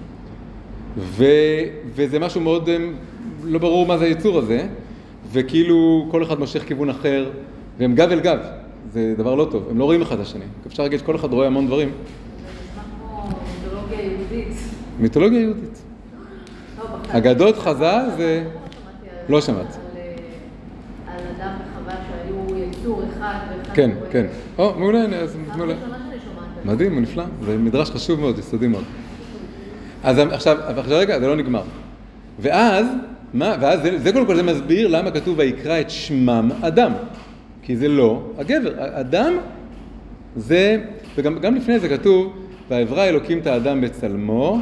וזה משהו מאוד לא ברור מה זה היצור הזה, וכאילו כל אחד מושך כיוון אחר, והם גב אל גב, זה דבר לא טוב, הם לא רואים אחד השני. אפשר להגיד שכל אחד רואה המון דברים. זה נשמע כמו מיתולוגיה יהודית. מיתולוגיה יהודית. אגדות חז"ל זה... לא שמעת. על אדם וחווה שהיו יצור אחד ואחד... כן, כן. מעולה, אז מעולה. הראשונה שאני שומעת. מדהים, נפלא. זה מדרש חשוב מאוד, יסודי מאוד. אז עכשיו רגע, זה לא נגמר. ואז זה קודם כל זה מסביר למה כתוב ויקרא את שמם אדם. כי זה לא הגבר. אדם זה, וגם לפני זה כתוב, ויברא אלוקים את האדם בצלמו,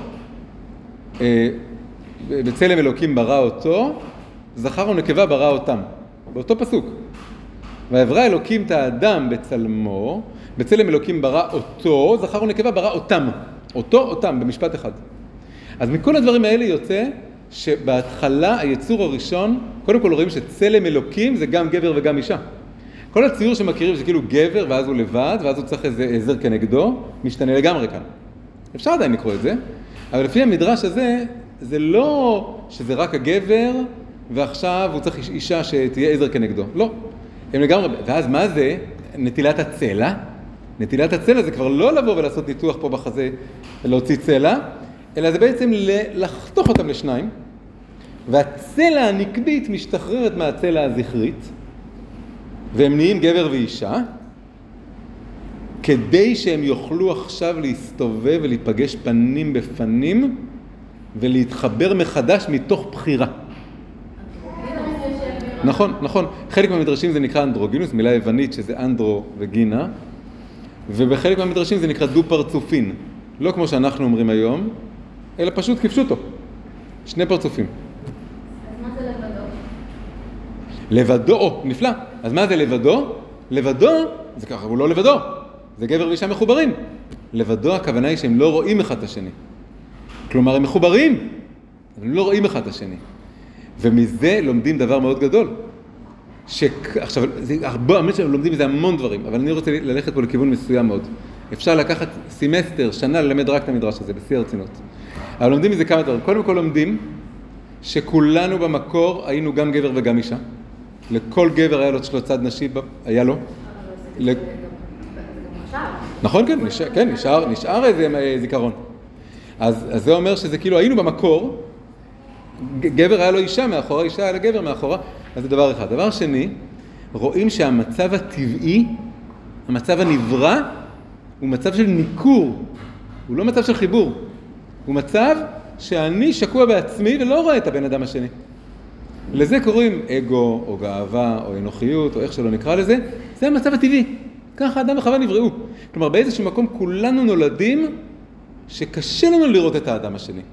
בצלם אלוקים ברא אותו, זכר ונקבה ברא אותם. באותו פסוק. ויברא אלוקים את האדם בצלמו, בצלם אלוקים ברא אותו, זכר ונקבה ברא אותם. אותם, במשפט אחד. אז מכל הדברים האלה יוצא שבהתחלה היצור הראשון, קודם כל רואים שצלם אלוקים זה גם גבר וגם אישה. כל הציור שמכירים זה כאילו גבר ואז הוא לבד, ואז הוא צריך איזה עזר כנגדו, משתנה לגמרי כאן. אפשר עדיין לקרוא את זה, אבל לפי המדרש הזה, זה לא שזה רק הגבר, ועכשיו הוא צריך אישה שתהיה עזר כנגדו. לא. הם לגמרי, ואז מה זה? נטילת הצלע. נטילת הצלע זה כבר לא לבוא ולעשות ניתוח פה בחזה, להוציא צלע, אלא זה בעצם לחתוך אותם לשניים, והצלע הנקבית משתחררת מהצלע הזכרית, והם נהיים גבר ואישה, כדי שהם יוכלו עכשיו להסתובב ולהיפגש פנים בפנים, ולהתחבר מחדש מתוך בחירה. נכון, נכון. חלק מהמדרשים זה נקרא אנדרוגינוס, מילה יוונית שזה אנדרו וגינה, ובחלק מהמדרשים זה נקרא דו פרצופין. לא כמו שאנחנו אומרים היום, אלא פשוט כפשוטו. שני פרצופים. אז מה זה לבדו? לבדו, נפלא. אז מה זה לבדו? לבדו, זה ככה, הוא לא לבדו. זה גבר ואישה מחוברים. לבדו הכוונה היא שהם לא רואים אחד את השני. כלומר, הם מחוברים, אבל הם לא רואים אחד את השני. ומזה לומדים דבר מאוד גדול. עכשיו, האמת שהם לומדים מזה המון דברים, אבל אני רוצה ללכת פה לכיוון מסוים מאוד. אפשר לקחת סמסטר, שנה, ללמד רק את המדרש הזה, בשיא הרצינות. אבל לומדים מזה כמה דברים. קודם כל לומדים שכולנו במקור היינו גם גבר וגם אישה. לכל גבר היה לו צד נשי, היה לו. זה גם עכשיו. נכון, כן, נשאר איזה זיכרון. אז זה אומר שזה כאילו היינו במקור, גבר היה לו אישה מאחורה, אישה היה לגבר מאחורה, אז זה דבר אחד. דבר שני, רואים שהמצב הטבעי, המצב הנברא, הוא מצב של ניכור, הוא לא מצב של חיבור, הוא מצב שאני שקוע בעצמי ולא רואה את הבן אדם השני. לזה קוראים אגו או גאווה או אנוכיות או איך שלא נקרא לזה, זה המצב הטבעי, ככה אדם וחווה נבראו. כלומר באיזשהו מקום כולנו נולדים שקשה לנו לראות את האדם השני.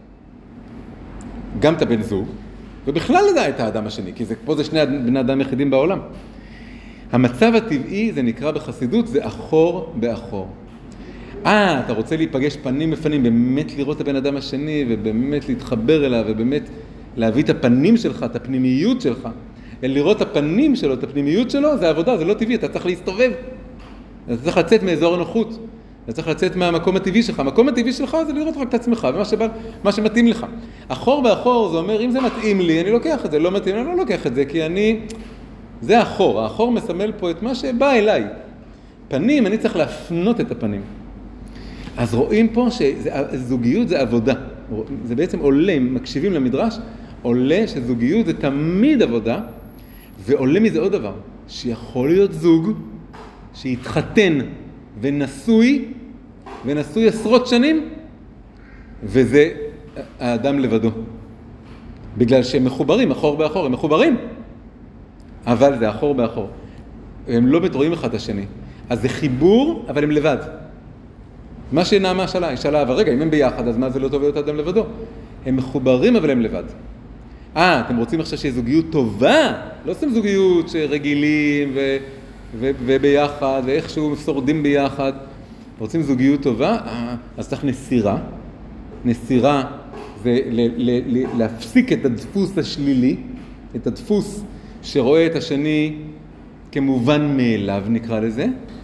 גם את הבן זוג, ובכלל לדעת את האדם השני, כי פה זה שני בני אדם יחידים בעולם. המצב הטבעי, זה נקרא בחסידות, זה אחור באחור. אתה רוצה להיפגש פנים בפנים, באמת לראות את הבן אדם השני, ובאמת להתחבר אליו, ובאמת להביא את הפנים שלך, את הפנימיות שלך. לראות את הפנים שלו, את הפנימיות שלו, זה עבודה, זה לא טבעי, אתה צריך להסתובב. אתה צריך לצאת מאזור הנוחות. אתה צריך לצאת מהמקום הטבעי שלך. המקום הטבעי שלך זה לראות רק את עצמך, ומה שמתאים לך. אחור באחור זה אומר, אם זה מתאים לי, אני לוקח את זה, לא מתאים לי, אני לא לוקח את זה, כי זה האחור. האחור מסמל פה את מה שבא אליי. פנים, אני צריך להפנות את הפנים. אז רואים פה שזוגיות זה עבודה. זה בעצם עולה, מקשיבים למדרש, עולה שזוגיות זה תמיד עבודה, ועולה מזה עוד דבר, שיכול להיות זוג שהתחתן ונשוי עשרות שנים, וזה האדם לבדו. בגלל שהם מחוברים, אחור באחור, הם מחוברים. אבל זה אחור באחור. הם לא רואים אחד את השני. אז זה חיבור, אבל הם לבד. מה שנעמה שאלה, היא שאלה, אבל רגע, אם הם ביחד, אז מה זה לא טוב להיות האדם לבדו? הם מחוברים, אבל הם לבד. אתם רוצים עכשיו שיש זוגיות טובה? לא עושים זוגיות שרגילים וביחד, ואיכשהו שורדים ביחד. רוצים זוגיות טובה? אז צריך נסירה. נסירה זה להפסיק את הדפוס השלילי, את הדפוס שרואה את השני כמובן מאליו, נקרא לזה,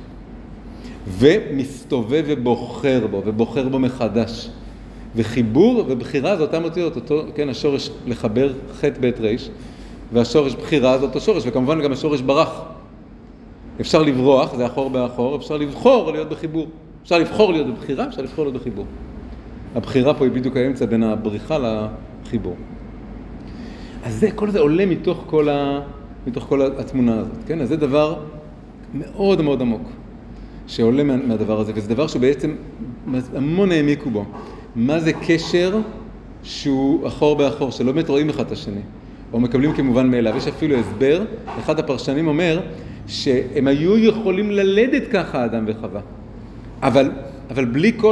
ומסתובב ובוחר בו מחדש. וחיבור ובחירה זה אותם אותיות, אותו, כן, השורש לחבר חטא בית ריש, והשורש בחירה זה אותו שורש, וכמובן גם השורש ברח. אפשר לברוח, זה אחור באחור, אפשר לבחור להיות בחיבור. אפשר לבחור להיות בבחירה, אפשר לבחור להיות בחיבור. הבחירה פה היא בדיוק האמצע בין הבריחה לחיבור. אז כל זה עולה מתוך כל התמונה הזאת, כן? אז זה דבר מאוד מאוד עמוק שעולה מהדבר הזה, וזה דבר שבעצם המון העמיקו בו. מה זה קשר שהוא אחור באחור, שלא באמת רואים אחד את השני, או מקבלים כמובן מאליו. יש אפילו הסבר, אחד הפרשנים אומר שהם היו יכולים ללדת ככה אדם וחווה, אבל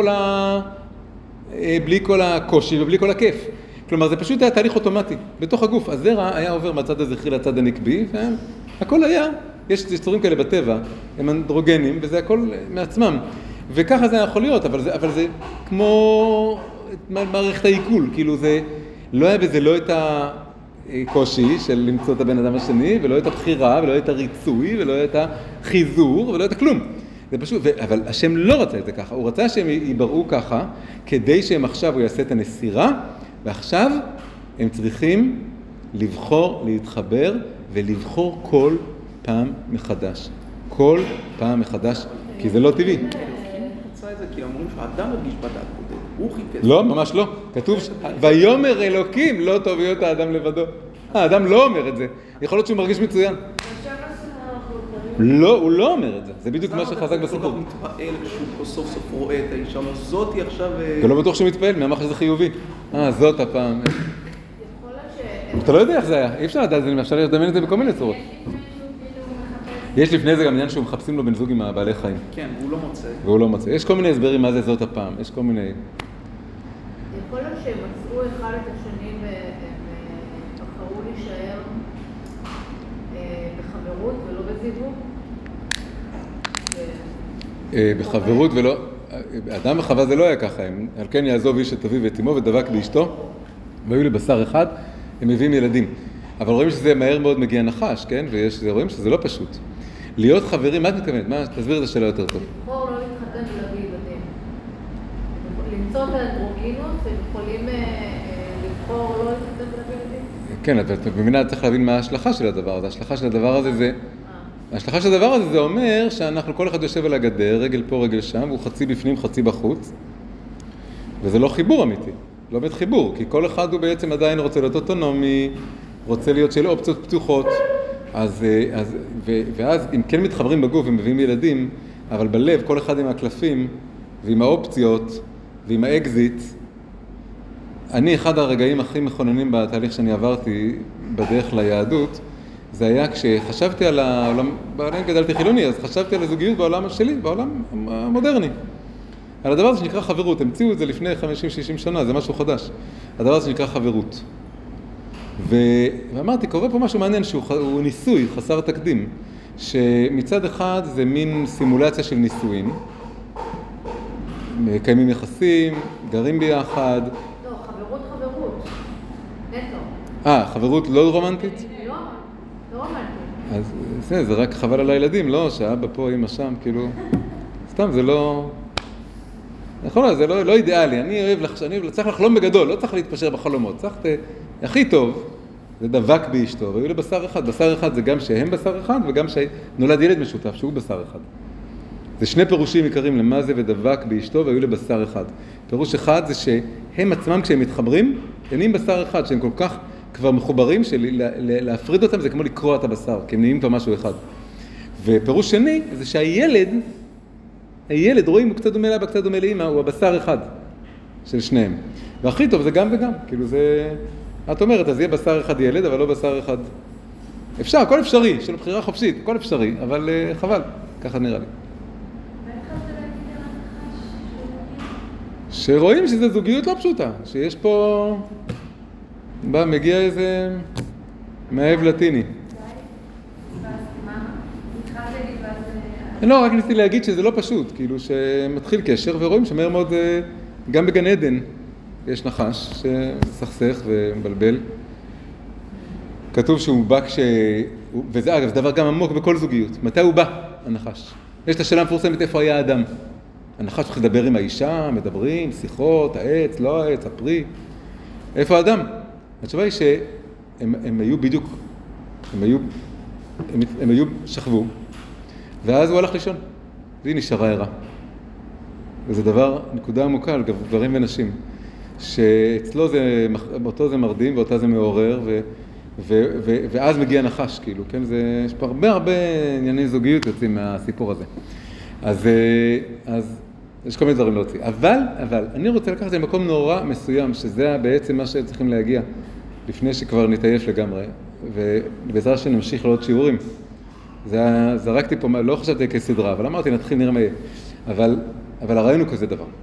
בלי כל הקושי ובלי כל הכיף. כלומר, זה פשוט היה תהליך אוטומטי. בתוך הגוף, הזרע היה עובר מהצד הזכרי לצד הנקבי, והכל היה, יש יצורים כאלה בטבע, הם אנדרוגנים, וזה הכל מעצמם. וככה זה יכול להיות, אבל זה כמו מערכת העיכול, כאילו זה, לא היה בזה לא את הקושי של למצוא את הבן אדם השני, ולא את הבחירה, ולא את הריצוי, ולא את החיזור, ולא את הכלום. זה פשוט, אבל השם לא רצה את זה ככה, הוא רצה שהם ייבראו ככה, כדי שהם עכשיו, הוא יעשה את הנסירה, ועכשיו הם צריכים לבחור, להתחבר, ולבחור כל פעם מחדש. כל פעם מחדש, כי זה לא טבעי. כי אומרים שהאדם מרגיש בדעת בודד, הוא חיפש. לא, ממש לא. כתוב, ויאמר אלוקים, לא טוב להיות האדם לבדו. האדם לא אומר את זה. יכול להיות שהוא מרגיש מצוין. לא, הוא לא אומר את זה. זה בדיוק מה שחזק בסיפור. הוא מתפעל כשהוא סוף סוף רואה את האישה, זאתי עכשיו... אתה לא בטוח שהוא מתפעל, מי אמר שזה חיובי? זאת הפעם. אתה לא יודע איך זה היה. אי אפשר לדעת, אפשר לדמיין את זה בכל מיני צורות. יש לפני זה גם עניין שהוא מחפשים לו בן זוג עם הבעלי חיים. כן, והוא לא מוצא. יש כל מיני הסברים מה זה זאת הפעם. יש כל מיני... יכול להיות שהם מצאו אחד את השני והם בחרו להישאר בחברות ולא בזיווג? בחברות ולא... אדם וחווה זה לא היה ככה. על כן יעזוב איש את אביו ואת אמו ודבק באשתו, והיו לבשר אחד, הם מביאים ילדים. אבל רואים שזה מהר מאוד מגיע נחש, כן? ורואים שזה לא פשוט. להיות חברים, מה את מתכוונת? תסביר את השאלה יותר טוב. לבחור לא להתחתן ולהביא ילדים. למצוא את האנדרוגינוס, הם יכולים לבחור לא להתחתן ולהביא ילדים? כן, את מבינה, צריך להבין מה ההשלכה של הדבר הזה. ההשלכה של הדבר הזה זה אומר שאנחנו, כל אחד יושב על הגדר, רגל פה, רגל שם, והוא חצי בפנים, חצי בחוץ. וזה לא חיבור אמיתי. לא באמת חיבור, כי כל אחד הוא בעצם עדיין רוצה להיות אוטונומי, רוצה להיות של אופציות פתוחות, ואז אם כן מתחברים בגוף ומביאים ילדים, אבל בלב כל אחד עם הקלפים ועם האופציות ועם האקזיט, אחד הרגעים הכי מכוננים בתהליך שאני עברתי בדרך ליהדות, זה היה כשחשבתי על העולם, בעולם גדלתי חילוני, אז חשבתי על הזוגיות בעולם שלי, בעולם המודרני. על הדבר הזה שנקרא חברות, המציאו את זה לפני 50-60 שנה, זה משהו חדש. הדבר הזה שנקרא חברות. ואמרתי, קורה פה משהו מעניין שהוא ניסוי חסר תקדים, שמצד אחד זה מין סימולציה של ניסויים, מקיימים יחסים, גרים ביחד. לא, חברות. נטו. חברות לא רומנטית? לא רומנטית. אז זה רק חבל על הילדים, לא? שהאבא פה, אמא שם, כאילו... סתם, זה לא... נכון, זה לא אידיאלי. אני צריך לחלום בגדול, לא צריך להתפשר בחלומות. צריך הכי טוב, זה דבק באשתו, והיו לבשר אחד. בשר אחד זה גם שהם בשר אחד, וגם שנולד ילד משותף, שהוא בשר אחד. זה שני פירושים עיקריים למה זה ודבק באשתו, והיו לבשר אחד. פירוש אחד זה שהם עצמם, כשהם מתחברים, הם נהיים בשר אחד, שהם כל כך כבר מחוברים, להפריד אותם זה כמו לקרוע את הבשר, כי הם נהיים כבר משהו אחד. ופירוש שני זה שהילד, רואים, הוא קצת דומה לאבא, קצת דומה לאמא, הוא הבשר אחד של שניהם. והכי טוב זה גם וגם, כאילו זה, את אומרת, אז יהיה בשר אחד ילד, אבל לא בשר אחד. אפשר, הכל אפשרי, של בחירה חופשית, הכל אפשרי, אבל חבל, ככה נראה לי. שרואים שזו זוגיות לא פשוטה, שיש פה, מגיע איזה מאהב לטיני. לא, רק ניסיתי להגיד שזה לא פשוט, כאילו שמתחיל קשר ורואים שמהר מאוד, גם בגן עדן יש נחש שסכסך ומבלבל. כתוב שהוא בא וזה אגב, זה דבר גם עמוק בכל זוגיות. מתי הוא בא, הנחש? יש את השאלה המפורסמת איפה היה האדם. הנחש צריך לדבר עם האישה, מדברים, שיחות, העץ, לא העץ, הפרי. איפה האדם? התשובה היא שהם היו בדיוק, הם היו שכבו, ואז הוא הלך לישון, והיא נשארה ערה. וזה דבר, נקודה עמוקה על גברים ונשים, שאצלו זה, באותו זה מרדים ואותה זה מעורר, ואז מגיע נחש, כאילו, כן? יש פה הרבה ענייני זוגיות יוצאים מהסיפור הזה. אז יש כל מיני דברים להוציא. אבל, אני רוצה לקחת את זה למקום נורא מסוים, שזה בעצם מה שצריכים להגיע, לפני שכבר נתעייף לגמרי, ובעזרה שנמשיך לעוד שיעורים. זרקתי פה, לא חשבתי כסדרה, אבל אמרתי, נתחיל נראה מה יהיה. אבל הרעיון הוא כזה דבר.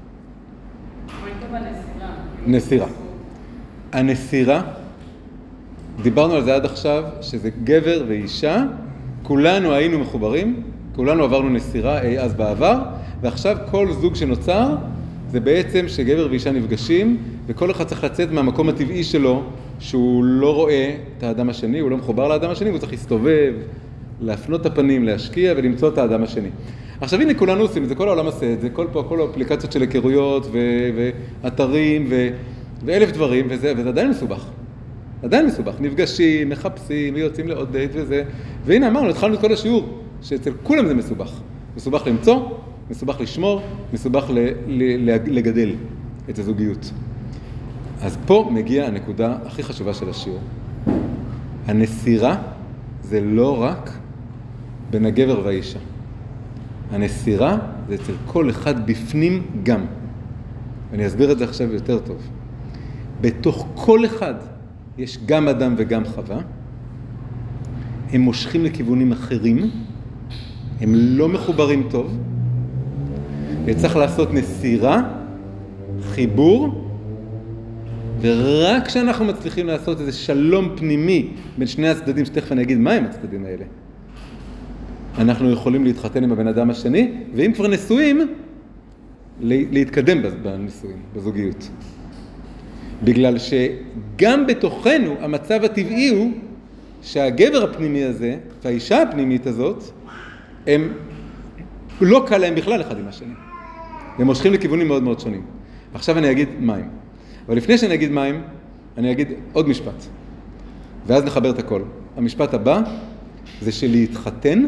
נסירה. הנסירה, דיברנו על זה עד עכשיו, שזה גבר ואישה, כולנו היינו מחוברים, כולנו עברנו נסירה אי אז בעבר, ועכשיו כל זוג שנוצר, זה בעצם שגבר ואישה נפגשים, וכל אחד צריך לצאת מהמקום הטבעי שלו, שהוא לא רואה את האדם השני, הוא לא מחובר לאדם השני, והוא צריך להסתובב, להפנות את הפנים, להשקיע ולמצוא את האדם השני. עכשיו הנה כולנו עושים את זה, כל העולם עושה את זה, כל האפליקציות של היכרויות ואתרים ואלף דברים, וזה עדיין מסובך. עדיין מסובך, נפגשים, מחפשים, ויוצאים לעוד דייט וזה. והנה אמרנו, התחלנו את כל השיעור, שאצל כולם זה מסובך. מסובך למצוא, מסובך לשמור, מסובך לגדל את הזוגיות. אז פה מגיעה הנקודה הכי חשובה של השיעור. הנסירה זה לא רק בין הגבר והאישה. הנסירה זה אצל כל אחד בפנים גם. ואני אסביר את זה עכשיו יותר טוב. בתוך כל אחד יש גם אדם וגם חווה. הם מושכים לכיוונים אחרים. הם לא מחוברים טוב. וצריך לעשות נסירה, חיבור, ורק כשאנחנו מצליחים לעשות איזה שלום פנימי בין שני הצדדים, שתכף אני אגיד מה הם הצדדים האלה, אנחנו יכולים להתחתן עם הבן אדם השני, ואם כבר נשואים, להתקדם בנישואים, בזוגיות. בגלל שגם בתוכנו המצב הטבעי הוא שהגבר הפנימי הזה והאישה הפנימית הזאת, הם לא קל להם בכלל אחד עם השני. הם מושכים לכיוונים מאוד מאוד שונים. עכשיו אני אגיד מים. אבל לפני שאני אגיד מים, אני אגיד עוד משפט. ואז נחבר את הכל. המשפט הבא זה שלהתחתן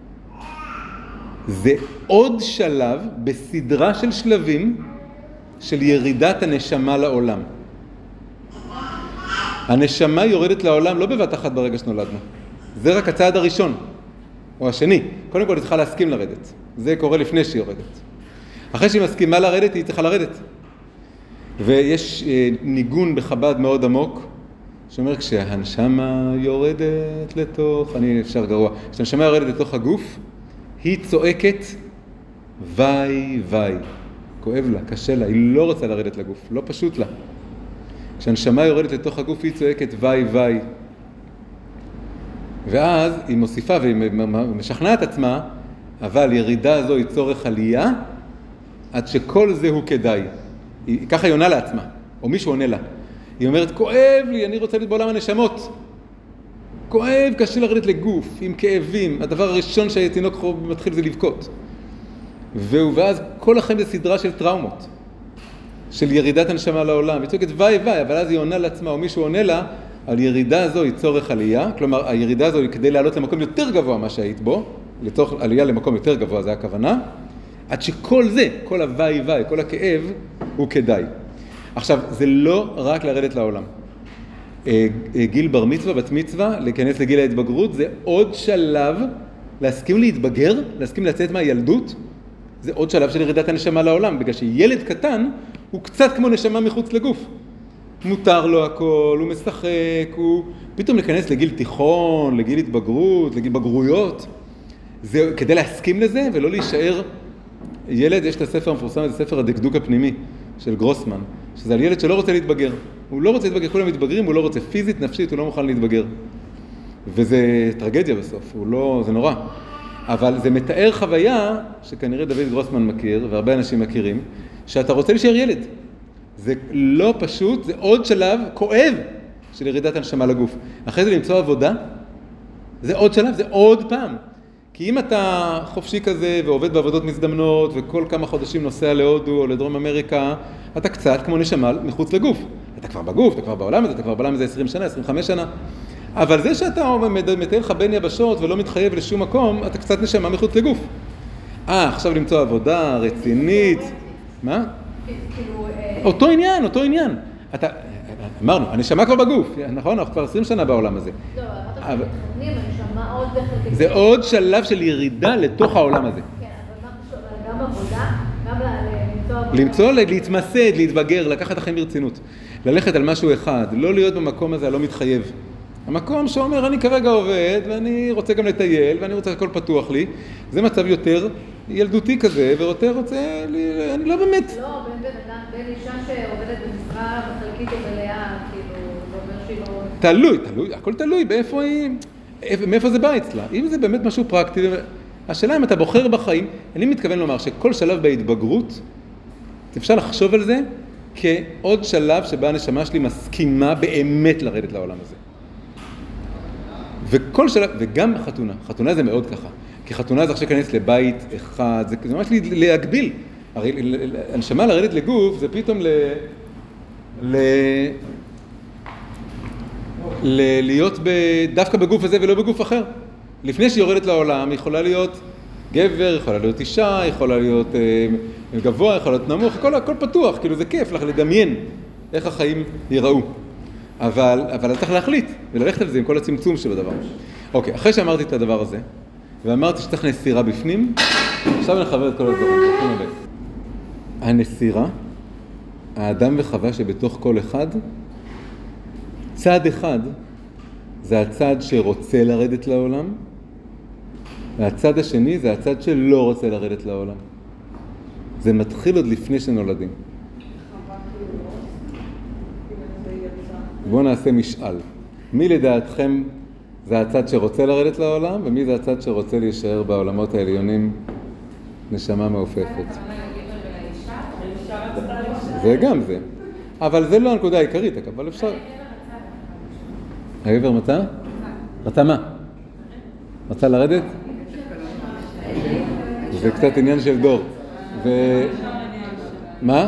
זה עוד שלב בסדרה של שלבים של ירידת הנשמה לעולם. הנשמה יורדת לעולם לא בבת אחת ברגע שנולדנו. זה רק הצעד הראשון, או השני. קודם כל היא צריכה להסכים לרדת. זה קורה לפני שהיא יורדת. אחרי שהיא מסכימה לרדת, היא צריכה לרדת. ויש ניגון בחב"ד מאוד עמוק, שאומר כשהנשמה יורדת לתוך, אני אפשר גרוע, כשהנשמה יורדת לתוך הגוף, היא צועקת וי וי. כואב לה, קשה לה, היא לא רוצה לרדת לגוף, לא פשוט לה. כשהנשמה יורדת לתוך הגוף, היא צועקת וי וי. ואז היא מוסיפה והיא משכנעת עצמה, אבל ירידה הזו היא צורך עלייה, עד שכל זה הוא כדאי. ככה היא עונה לעצמה, או מישהו עונה לה. היא אומרת, כואב לי, אני רוצה להיות בעולם הנשמות. כואב, קשה לרדת לגוף, עם כאבים. הדבר הראשון שהתינוק מתחיל זה לבכות. ואז כל החיים זה סדרה של טראומות, של ירידת הנשמה לעולם. היא צועקת וי וי, אבל אז היא עונה לעצמה, או מישהו עונה לה, על ירידה הזו היא צורך עלייה. כלומר, הירידה הזו היא כדי לעלות למקום יותר גבוה מה שהיית בו, לצורך עלייה למקום יותר גבוה, זה הכוונה. עד שכל זה, כל הווי ווי, כל הכאב, הוא כדאי. עכשיו, זה לא רק לרדת לעולם. גיל בר מצווה, בת מצווה, להיכנס לגיל ההתבגרות, זה עוד שלב, להסכים להתבגר, להסכים לצאת מהילדות, זה עוד שלב של ירידת הנשמה לעולם, בגלל שילד קטן הוא קצת כמו נשמה מחוץ לגוף. מותר לו הכל, הוא משחק, הוא פתאום להיכנס לגיל תיכון, לגיל התבגרות, לגיל בגרויות. זה כדי להסכים לזה ולא להישאר ילד. יש את הספר המפורסם, זה ספר הדקדוק הפנימי של גרוסמן, שזה על ילד שלא רוצה להתבגר. הוא לא רוצה להתבגר, כולם מתבגרים, הוא לא רוצה פיזית, נפשית, הוא לא מוכן להתבגר. וזה טרגדיה בסוף, זה נורא. אבל זה מתאר חוויה שכנראה דוד גרוסמן מכיר, והרבה אנשים מכירים, שאתה רוצה להישאר ילד. זה לא פשוט, זה עוד שלב כואב של ירידת הנשמה לגוף. אחרי זה למצוא עבודה, זה עוד שלב, זה עוד פעם. כי אם אתה חופשי כזה ועובד בעבודות מזדמנות וכל כמה חודשים נוסע להודו או לדרום אמריקה, אתה קצת כמו נשמה מחוץ לגוף. אתה כבר בגוף, אתה כבר בעולם הזה, אתה כבר בעולם הזה 20 שנה, 25 שנה. אבל זה שאתה מטייל לך בין יבשות ולא מתחייב לשום מקום, אתה קצת נשמה מחוץ לגוף. עכשיו למצוא עבודה רצינית. מה? אותו עניין. אמרנו, הנשמה כבר בגוף, נכון? אנחנו כבר 20 שנה בעולם הזה. לא, אמרת שמתכוונים, הנשמה עוד בחלק. זה עוד שלב של ירידה לתוך העולם הזה. כן, אבל מה חשוב, גם עבודה, גם למצוא עבודה. להתמסד, להתבגר, לקחת את החיים ברצינות. ללכת על משהו אחד, לא להיות במקום הזה הלא מתחייב. המקום שאומר, אני כרגע עובד, ואני רוצה גם לטייל, ואני רוצה הכל פתוח לי, זה מצב יותר ילדותי כזה, אני לא באמת. לא, בין אישה שעובדת במשרה בחלקית ומלאה, כאילו, זה אומר שהיא לא... תלוי, הכל תלוי, מאיפה זה בא אצלה. אם זה באמת משהו פרקטי, השאלה אם אתה בוחר בחיים, אני מתכוון לומר שכל שלב בהתבגרות, אפשר לחשוב על זה כעוד שלב שבה הנשמה שלי מסכימה באמת לרדת לעולם הזה. וכל שלב, וגם חתונה זה מאוד ככה, כי חתונה זה עכשיו להיכנס לבית אחד, זה ממש להגביל. הרי הנשמה לרדת לגוף זה פתאום להיות דווקא בגוף הזה ולא בגוף אחר. לפני שהיא יורדת לעולם, היא יכולה להיות גבר, יכולה להיות אישה, יכולה להיות גבוה, יכולה להיות נמוך, הכל פתוח, כאילו זה כיף לך לדמיין איך החיים ייראו. אבל צריך להחליט וללכת על זה עם כל הצמצום של הדבר. אוקיי, אחרי שאמרתי את הדבר הזה, ואמרתי שצריך נסירה בפנים, עכשיו נחבר את כל הדברים. הנסירה, האדם וחווה שבתוך כל אחד, צד אחד זה הצד שרוצה לרדת לעולם, והצד השני זה הצד שלא רוצה לרדת לעולם. זה מתחיל עוד לפני שנולדים. בואו נעשה משאל. מי לדעתכם זה הצד שרוצה לרדת לעולם, ומי זה הצד שרוצה להישאר בעולמות העליונים נשמה מעופפת? זה גם זה. אבל זה לא הנקודה העיקרית, אבל אפשר... הגבר מצא? רצה מה? רצה לרדת? זה קצת עניין של דור. מה?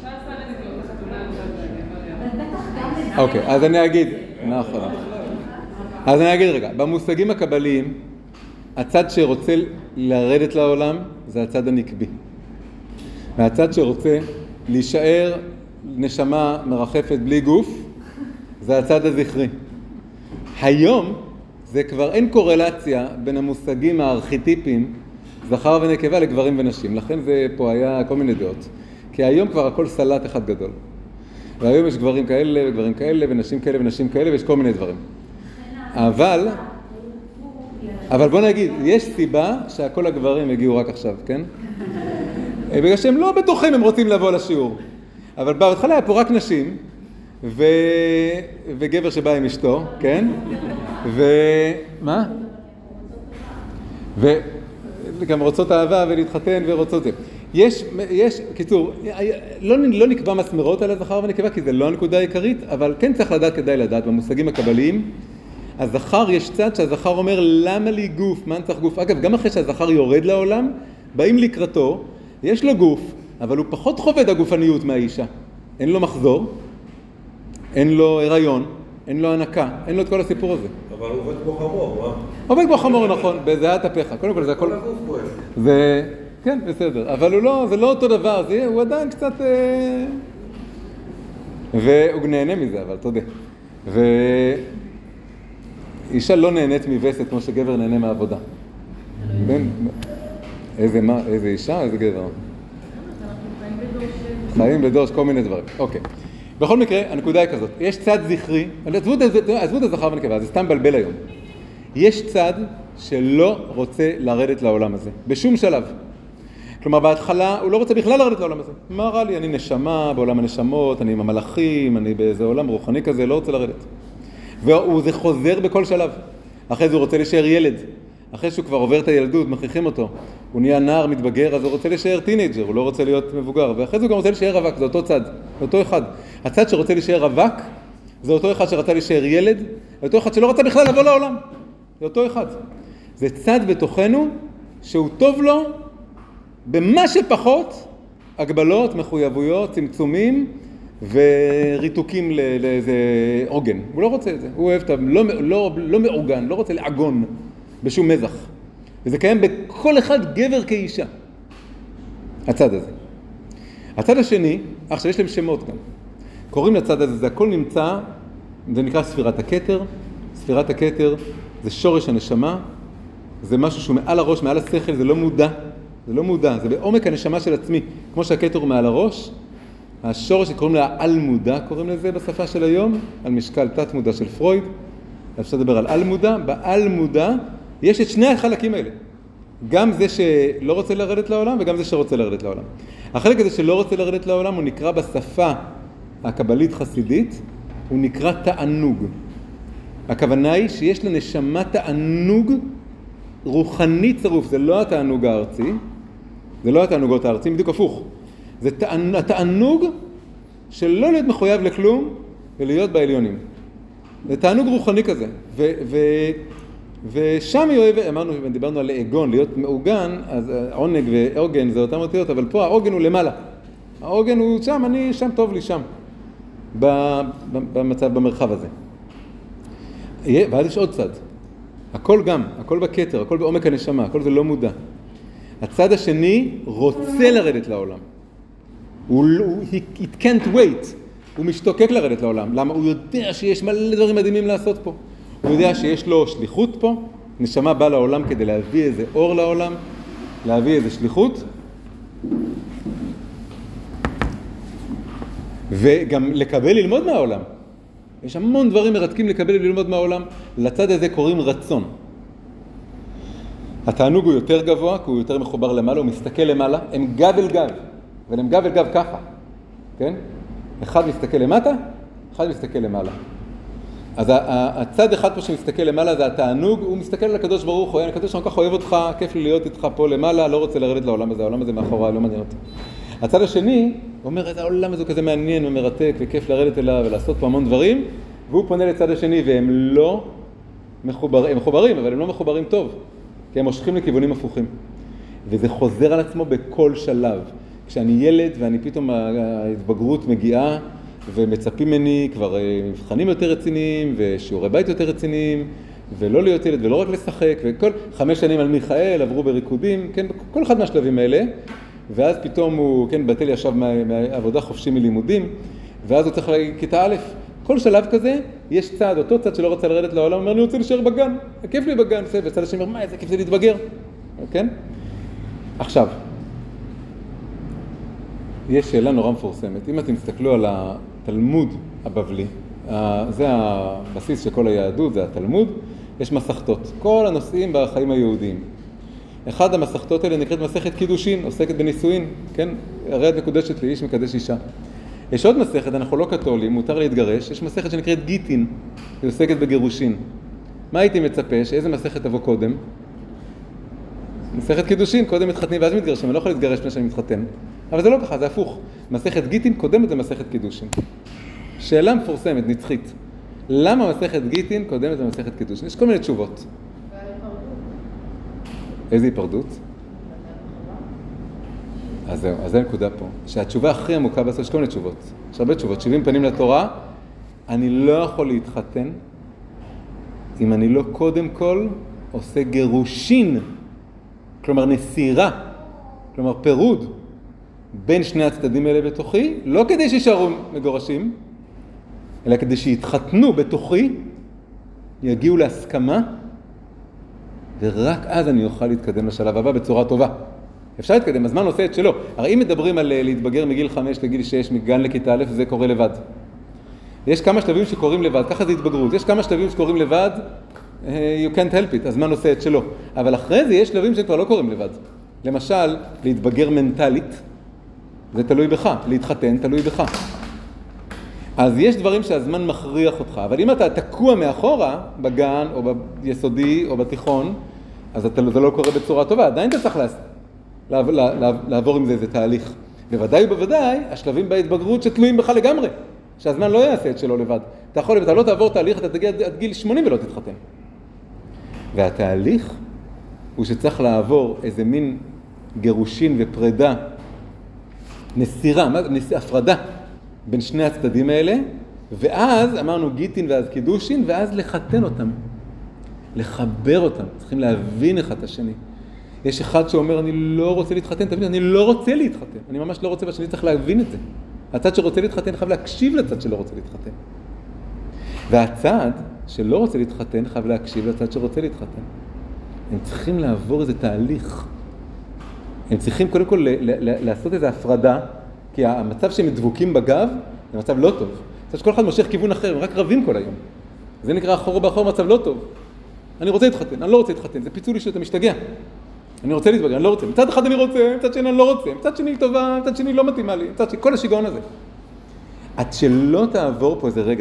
אוקיי, אז אני אגיד, נכון. אז אני אגיד רגע, במושגים הקבליים, הצד שרוצה לרדת לעולם זה הצד הנקבי. והצד שרוצה להישאר נשמה מרחפת בלי גוף, זה הצד הזכרי. היום זה כבר אין קורלציה בין המושגים הארכיטיפיים, זכר ונקבה לגברים ונשים. לכן זה פה היה כל מיני דעות. כי היום כבר הכל סלט אחד גדול. והיום יש גברים כאלה וגברים כאלה ונשים כאלה ונשים כאלה ויש כל מיני דברים. אבל בוא נגיד, יש סיבה שהכל הגברים הגיעו רק עכשיו, כן? בגלל שהם לא בטוחים הם רוצים לבוא לשיעור. אבל בהתחלה היה פה רק נשים וגבר שבא עם אשתו, כן? מה? וגם רוצות אהבה ולהתחתן ורוצות זה. יש, קיצור, לא נקבע מסמרות על הזכר ונקבה, כי זה לא הנקודה העיקרית, אבל כן צריך לדעת, כדאי לדעת, במושגים הקבליים, הזכר יש צד שהזכר אומר, למה לי גוף? מה אני צריך גוף? אגב, גם אחרי שהזכר יורד לעולם, באים לקראתו, יש לו גוף, אבל הוא פחות חווה את הגופניות מהאישה. אין לו מחזור, אין לו הריון, אין לו הנקה, אין לו את כל הסיפור הזה. אבל הוא עובד כמו חמור, מה? עובד כמו חמור, נכון, בזיעת אפיך. קודם כל זה הכל... כל הגוף פועל. זה... כן, בסדר, אבל זה לא אותו דבר, הוא עדיין קצת... והוא נהנה מזה, אבל תודה. ואישה לא נהנית מווסת כמו שגבר נהנה מהעבודה. איזה אישה, איזה גבר? אנחנו חיים בדור של... חיים בדור, כל מיני דברים. אוקיי. בכל מקרה, הנקודה היא כזאת. יש צד זכרי, עזבו את הזכר ונקבה, זה סתם בלבל היום. יש צד שלא רוצה לרדת לעולם הזה, בשום שלב. כלומר, בהתחלה הוא לא רוצה בכלל לרדת לעולם הזה. מה רע לי? אני נשמה בעולם הנשמות, אני עם המלאכים, אני באיזה עולם רוחני כזה, לא רוצה לרדת. וזה חוזר בכל שלב. אחרי זה הוא רוצה להישאר ילד. אחרי שהוא כבר עובר את הילדות, מכריחים אותו. הוא נהיה נער, מתבגר, אז הוא רוצה להישאר טינג'ר, הוא לא רוצה להיות מבוגר. ואחרי זה הוא גם רוצה להישאר רווק, זה אותו צד, זה אותו אחד. הצד שרוצה להישאר רווק, זה אותו אחד שרצה להישאר ילד, זה אותו אחד שלא רצה בכלל לבוא לעולם. זה אותו אחד. זה צד בתוכנו שהוא טוב לו במה שפחות הגבלות, מחויבויות, צמצומים וריתוקים לאיזה עוגן. הוא לא רוצה את זה. הוא אוהב את לא מעוגן, לא רוצה לעגון בשום מזח. וזה קיים בכל אחד גבר כאישה. הצד הזה. הצד השני, עכשיו יש להם שמות גם. קוראים לצד הזה, זה הכל נמצא, זה נקרא ספירת הכתר. ספירת הכתר זה שורש הנשמה, זה משהו שהוא מעל הראש, מעל השכל, זה לא מודע. זה לא מודע, זה בעומק הנשמה של עצמי. כמו שהכתר הוא מעל הראש, השורש שקוראים לה על מודע, קוראים לזה בשפה של היום, על משקל תת מודע של פרויד. אפשר לדבר על מודע. בעל מודע יש את שני החלקים האלה. גם זה שלא רוצה לרדת לעולם וגם זה שרוצה לרדת לעולם. החלק הזה שלא רוצה לרדת לעולם הוא נקרא בשפה הקבלית חסידית, הוא נקרא תענוג. הכוונה היא שיש לנשמה תענוג רוחני צרוף, זה לא התענוג הארצי, זה לא התענוגות הארציים, בדיוק הפוך. זה התענוג של לא להיות מחויב לכלום ולהיות בעליונים. זה תענוג רוחני כזה. ושם היא אוהבת, אמרנו, דיברנו על העגון, להיות מעוגן, אז עונג ועוגן זה אותם אותיות, אבל פה העוגן הוא למעלה. העוגן הוא שם, אני שם טוב לי שם, במצב, במרחב הזה. ואז יש עוד צד. הכל גם, הכל בכתר, הכל בעומק הנשמה, הכל זה לא מודע. הצד השני רוצה לרדת לעולם. It can't wait. הוא משתוקק לרדת לעולם. למה? הוא יודע שיש מלא דברים מדהימים לעשות פה. הוא יודע שיש לו שליחות פה. נשמה באה לעולם כדי להביא איזה אור לעולם, להביא איזה שליחות. וגם לקבל ללמוד מהעולם. יש המון דברים מרתקים לקבל וללמוד מהעולם. לצד הזה קוראים רצון. התענוג הוא יותר גבוה, כי הוא יותר מחובר למעלה, הוא מסתכל למעלה. הם גב אל גב, אבל הם גב אל גב ככה. כן? אחד מסתכל למטה, אחד מסתכל למעלה. אז הצד אחד פה שמסתכל למעלה זה התענוג, הוא מסתכל על הקדוש ברוך הוא, הקדוש ברוך הוא כך אוהב אותך, כיף לי להיות איתך פה למעלה, לא רוצה לרדת לעולם הזה, העולם הזה מאחורי, לא מעניין אותי. הצד השני אומר, איזה העולם הזה כזה מעניין ומרתק וכיף לרדת אליו ולעשות פה המון דברים, והוא פונה לצד השני והם לא מחוברים, הם מחוברים, אבל הם לא מחוברים טוב, כי הם מושכים לכיוונים הפוכים. וזה חוזר על עצמו בכל שלב. כשאני ילד ואני פתאום ההתבגרות מגיעה ומצפים ממני כבר מבחנים יותר רציניים ושיעורי בית יותר רציניים ולא להיות ילד ולא רק לשחק וכל 5 שנים על מיכאל עברו בריקודים, כן, כל אחד מהשלבים האלה ואז פתאום הוא, כן, בטל ישב מהעבודה חופשי מלימודים ואז הוא צריך לכיתה א', כל שלב כזה יש צד, אותו צד שלא רוצה לרדת לעולם, אומר אני רוצה להישאר בגן, כיף לי בגן, וצד השני אומר מה איזה כיף זה להתבגר, כן? עכשיו, יש שאלה נורא מפורסמת. אם אתם תסתכלו על התלמוד הבבלי, זה הבסיס של כל היהדות, זה התלמוד, יש מסכתות. כל הנושאים בחיים היהודיים. אחד המסכתות האלה נקראת מסכת קידושין, עוסקת בנישואין, כן? הרי את מקודשת לאיש מקדש אישה. יש עוד מסכת, אנחנו לא קתולים, מותר להתגרש, יש מסכת שנקראת גיטין, היא עוסקת בגירושין. מה הייתי מצפה? שאיזה מסכת תבוא קודם? מסכת קידושין, קודם מתחתנים ואז מתגרשים, אני לא יכול להתגרש לפני שאני מתחתן. אבל זה לא ככה, זה הפוך. מסכת גיטין קודמת למסכת קידושין. שאלה מפורסמת, נצחית. למה מסכת גיטין קודמת למסכת קידושין? יש כל מיני תשובות. איזה היפרדות? אז זהו, אז זה הנקודה פה. שהתשובה הכי עמוקה בסוף, יש כל מיני תשובות. יש הרבה תשובות. 70 פנים לתורה, אני לא יכול להתחתן אם אני לא קודם כל עושה גירושין. כלומר נסירה, כלומר פירוד בין שני הצדדים האלה בתוכי, לא כדי שישארו מגורשים, אלא כדי שיתחתנו בתוכי, יגיעו להסכמה, ורק אז אני אוכל להתקדם לשלב הבא בצורה טובה. אפשר להתקדם, הזמן עושה את שלו. הרי אם מדברים על להתבגר מגיל 5 לגיל 6, מגן לכיתה א', זה קורה לבד. יש כמה שלבים שקורים לבד, ככה זה התבגרות. יש כמה שלבים שקורים לבד, you can't help it, הזמן עושה את שלו. אבל אחרי זה יש שלבים שכבר לא קורים לבד. למשל, להתבגר מנטלית, זה תלוי בך. להתחתן, תלוי בך. אז יש דברים שהזמן מכריח אותך, אבל אם אתה תקוע מאחורה, בגן או ביסודי או בתיכון, אז זה לא קורה בצורה טובה. עדיין אתה צריך לעבור עם זה איזה תהליך. בוודאי ובוודאי, השלבים בהתבגרות שתלויים בך לגמרי, שהזמן לא יעשה את שלו לבד. אתה לא תעבור תהליך, אתה תגיע עד גיל 80 ולא תתחתן. והתהליך הוא שצריך לעבור איזה מין גירושין ופרידה, נסירה, הפרדה בין שני הצדדים האלה, ואז אמרנו גיטין ואז קידושין, ואז לחתן אותם, לחבר אותם. צריכים להבין אחד את השני. יש אחד שאומר, אני לא רוצה להתחתן, תבין, אני לא רוצה להתחתן. אני ממש לא רוצה, והשני צריך להבין את זה. הצד שרוצה להתחתן חייב להקשיב לצד שלא רוצה להתחתן. והצד שלא רוצה להתחתן חייב להקשיב לצד שרוצה להתחתן. הם צריכים לעבור איזה תהליך. הם צריכים קודם כל לעשות איזו הפרדה, כי המצב שהם דבוקים בגב זה מצב לא טוב. זאת שכל אחד מושך כיוון אחר, הם רק רבים כל היום. זה נקרא אחור באחור מצב לא טוב. אני רוצה להתחתן, אני לא רוצה להתחתן, זה פיצול אישיות, אתה משתגע. אני רוצה להתבגר, אני לא רוצה. מצד אחד אני רוצה, מצד שני אני לא רוצה. מצד שני טובה, מצד שני לא מתאימה לי. מצד שני, כל השיגעון הזה. עד שלא תעבור פה איזה רגע.